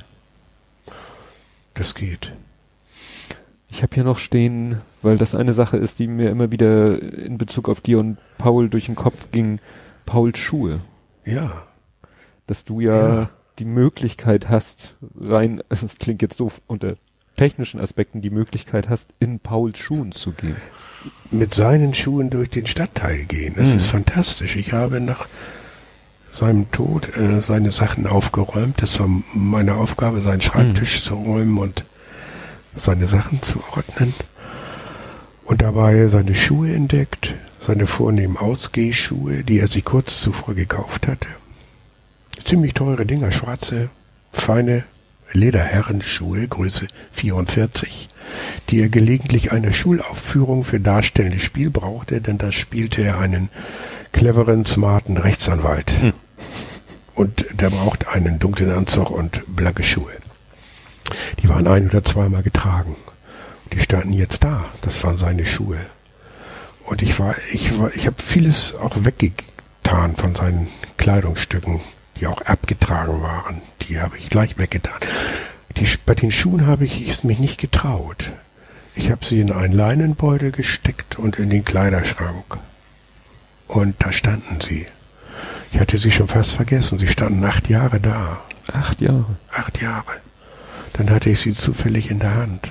Das geht. Ich habe hier noch stehen, weil das eine Sache ist, die mir immer wieder in Bezug auf dir und Paul durch den Kopf ging, Pauls Schuhe. Ja. Dass du ja die Möglichkeit hast, das klingt jetzt doof, unter technischen Aspekten die Möglichkeit hast, in Pauls Schuhen zu gehen. Mit seinen Schuhen durch den Stadtteil gehen, das ist fantastisch. Ich habe nach seinem Tod seine Sachen aufgeräumt. Das war meine Aufgabe, seinen Schreibtisch zu räumen und seine Sachen zu ordnen. Und dabei seine Schuhe entdeckt, seine vornehmen Ausgehschuhe, die er sich kurz zuvor gekauft hatte. Ziemlich teure Dinger, schwarze, feine Lederherrenschuhe, Größe 44, die er gelegentlich einer Schulaufführung für darstellendes Spiel brauchte, denn da spielte er einen cleveren, smarten Rechtsanwalt. Und der braucht einen dunklen Anzug und blanke Schuhe. Die waren 1- oder zweimal getragen. Die standen jetzt da. Das waren seine Schuhe. Und ich habe vieles auch weggetan von seinen Kleidungsstücken, die auch abgetragen waren. Die habe ich gleich weggetan. Bei den Schuhen habe ich es mich nicht getraut. Ich habe sie in einen Leinenbeutel gesteckt und in den Kleiderschrank. Und da standen sie. Ich hatte sie schon fast vergessen. Sie standen 8 Jahre da. 8 Jahre? 8 Jahre. Dann hatte ich sie zufällig in der Hand.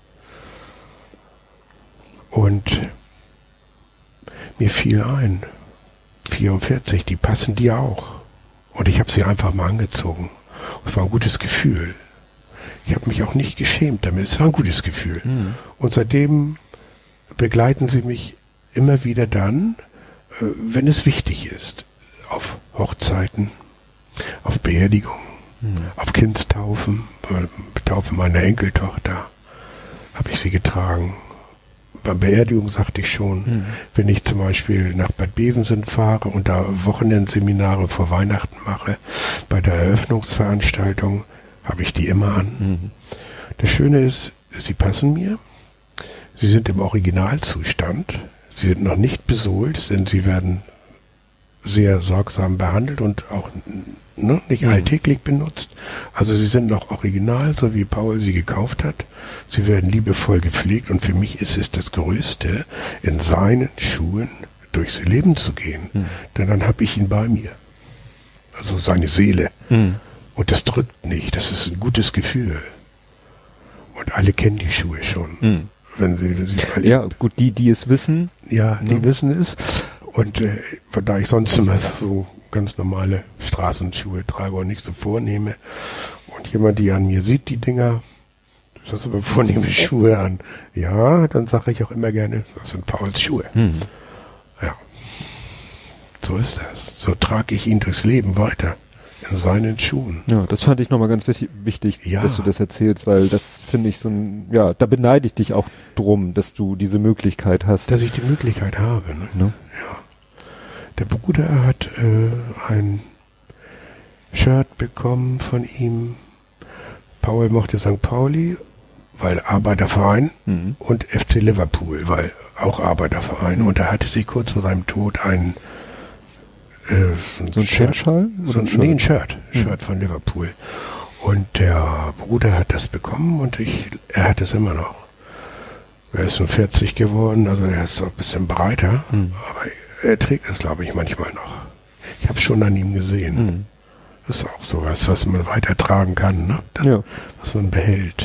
Und mir fiel ein, 44, die passen dir auch. Und ich habe sie einfach mal angezogen. Es war ein gutes Gefühl. Ich habe mich auch nicht geschämt damit. Es war ein gutes Gefühl. Und seitdem begleiten sie mich immer wieder dann, wenn es wichtig ist. Auf Hochzeiten, auf Beerdigungen, auf Kindstaufen, Taufe meiner Enkeltochter habe ich sie getragen. Bei Beerdigung sagte ich schon, wenn ich zum Beispiel nach Bad Bevensen fahre und da Wochenendseminare vor Weihnachten mache, bei der Eröffnungsveranstaltung habe ich die immer an. Das Schöne ist, sie passen mir, sie sind im Originalzustand, sie sind noch nicht besohlt, denn sie werden sehr sorgsam behandelt und auch nicht alltäglich benutzt. Also sie sind noch original, so wie Paul sie gekauft hat. Sie werden liebevoll gepflegt und für mich ist es das Größte, in seinen Schuhen durchs Leben zu gehen. Denn dann habe ich ihn bei mir. Also seine Seele. Und das drückt nicht, das ist ein gutes Gefühl. Und alle kennen die Schuhe schon. Wenn sie ja, gut, die es wissen. Ja, die wissen es. Und da ich sonst immer so ganz normale Straßenschuhe trage und nicht so vornehme und jemand, die an mir sieht, die Dinger, das ist aber vornehme Schuhe an. Ja, dann sage ich auch immer gerne, das sind Pauls Schuhe. Ja, so ist das. So trage ich ihn durchs Leben weiter. In seinen Schuhen. Ja, das fand ich nochmal ganz wichtig, dass du das erzählst, weil das finde ich da beneide ich dich auch drum, dass du diese Möglichkeit hast. Dass ich die Möglichkeit habe, ne? Ja. Der Bruder hat ein Shirt bekommen von ihm. Paul mochte St. Pauli, weil Arbeiterverein, und FC Liverpool, weil auch Arbeiterverein. Und er hatte sich kurz vor seinem Tod ein so ein Shirt-Schal? Ein Shirt. Shirt von Liverpool. Und der Bruder hat das bekommen und er hat es immer noch. Er ist nun 40 geworden, also er ist auch ein bisschen breiter, aber er trägt es, glaube ich, manchmal noch. Ich habe es schon an ihm gesehen. Das ist auch sowas, was man weitertragen kann, ne? Was man behält.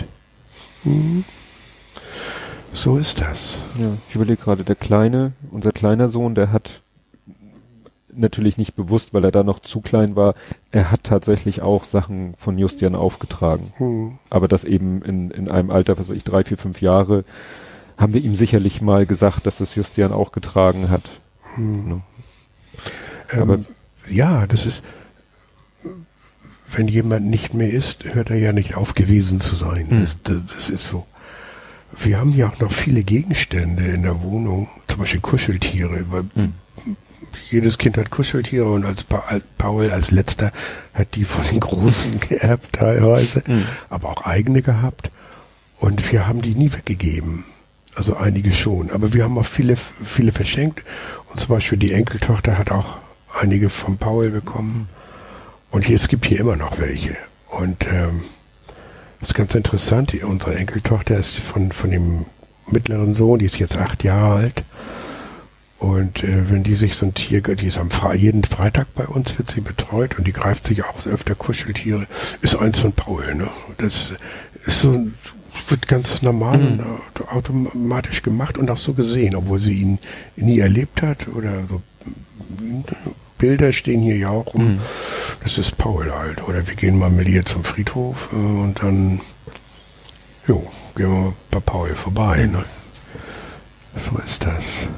So ist das. Ja, ich überlege gerade, unser kleiner Sohn, der hat natürlich nicht bewusst, weil er da noch zu klein war, er hat tatsächlich auch Sachen von Justian aufgetragen. Aber das eben in einem Alter, was weiß ich, 3, 4, 5 Jahre, haben wir ihm sicherlich mal gesagt, dass das Justian auch getragen hat. Ne? Aber ja, das ist, wenn jemand nicht mehr ist, hört er ja nicht auf, gewesen zu sein. Das ist so. Wir haben ja auch noch viele Gegenstände in der Wohnung, zum Beispiel Kuscheltiere, weil jedes Kind hat Kuscheltiere und als Paul als letzter hat die von den Großen geerbt teilweise, aber auch eigene gehabt. Und wir haben die nie weggegeben. Also einige schon. Aber wir haben auch viele verschenkt. Und zum Beispiel die Enkeltochter hat auch einige von Paul bekommen. Und es gibt hier immer noch welche. Und das ist ganz interessant. Unsere Enkeltochter ist von dem mittleren Sohn, die ist jetzt 8 Jahre alt. Und wenn die sich so ein Tier, die ist jeden Freitag bei uns, wird sie betreut und die greift sich auch so öfter Kuscheltiere, ist eins von Paul, ne? Das ist so, wird ganz normal und automatisch gemacht und auch so gesehen, obwohl sie ihn nie erlebt hat oder so. Bilder stehen hier ja auch rum. Das ist Paul halt. Oder wir gehen mal mit ihr zum Friedhof und dann gehen wir bei Paul vorbei, ne? So ist das.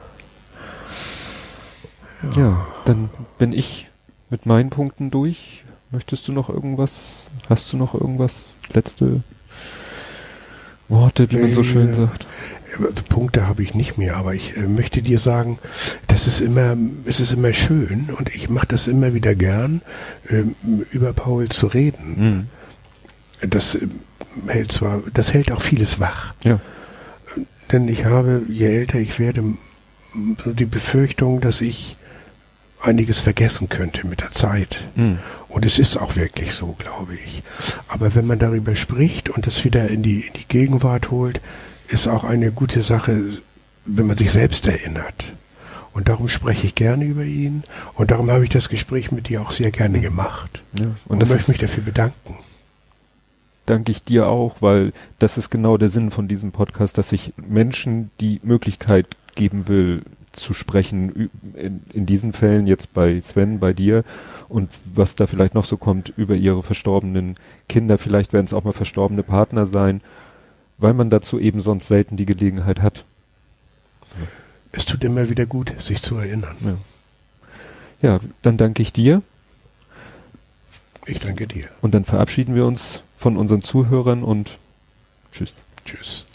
Ja, dann bin ich mit meinen Punkten durch. Möchtest du noch irgendwas? Hast du noch irgendwas? Letzte Worte, wie man so schön sagt. Punkte habe ich nicht mehr, aber ich möchte dir sagen, es ist immer schön und ich mache das immer wieder gern, über Paul zu reden. Das hält auch vieles wach. Ja. Denn ich habe, je älter ich werde, so die Befürchtung, dass ich einiges vergessen könnte mit der Zeit. Und es ist auch wirklich so, glaube ich. Aber wenn man darüber spricht und es wieder in die Gegenwart holt, ist auch eine gute Sache, wenn man sich selbst erinnert. Und darum spreche ich gerne über ihn. Und darum habe ich das Gespräch mit dir auch sehr gerne gemacht. Ja, und möchte mich dafür bedanken. Danke ich dir auch, weil das ist genau der Sinn von diesem Podcast, dass ich Menschen die Möglichkeit geben will, zu sprechen, in diesen Fällen jetzt bei Sven, bei dir und was da vielleicht noch so kommt über ihre verstorbenen Kinder, vielleicht werden es auch mal verstorbene Partner sein, weil man dazu eben sonst selten die Gelegenheit hat. Es tut immer wieder gut, sich zu erinnern. Ja, dann danke ich dir. Ich danke dir. Und dann verabschieden wir uns von unseren Zuhörern und tschüss. Tschüss.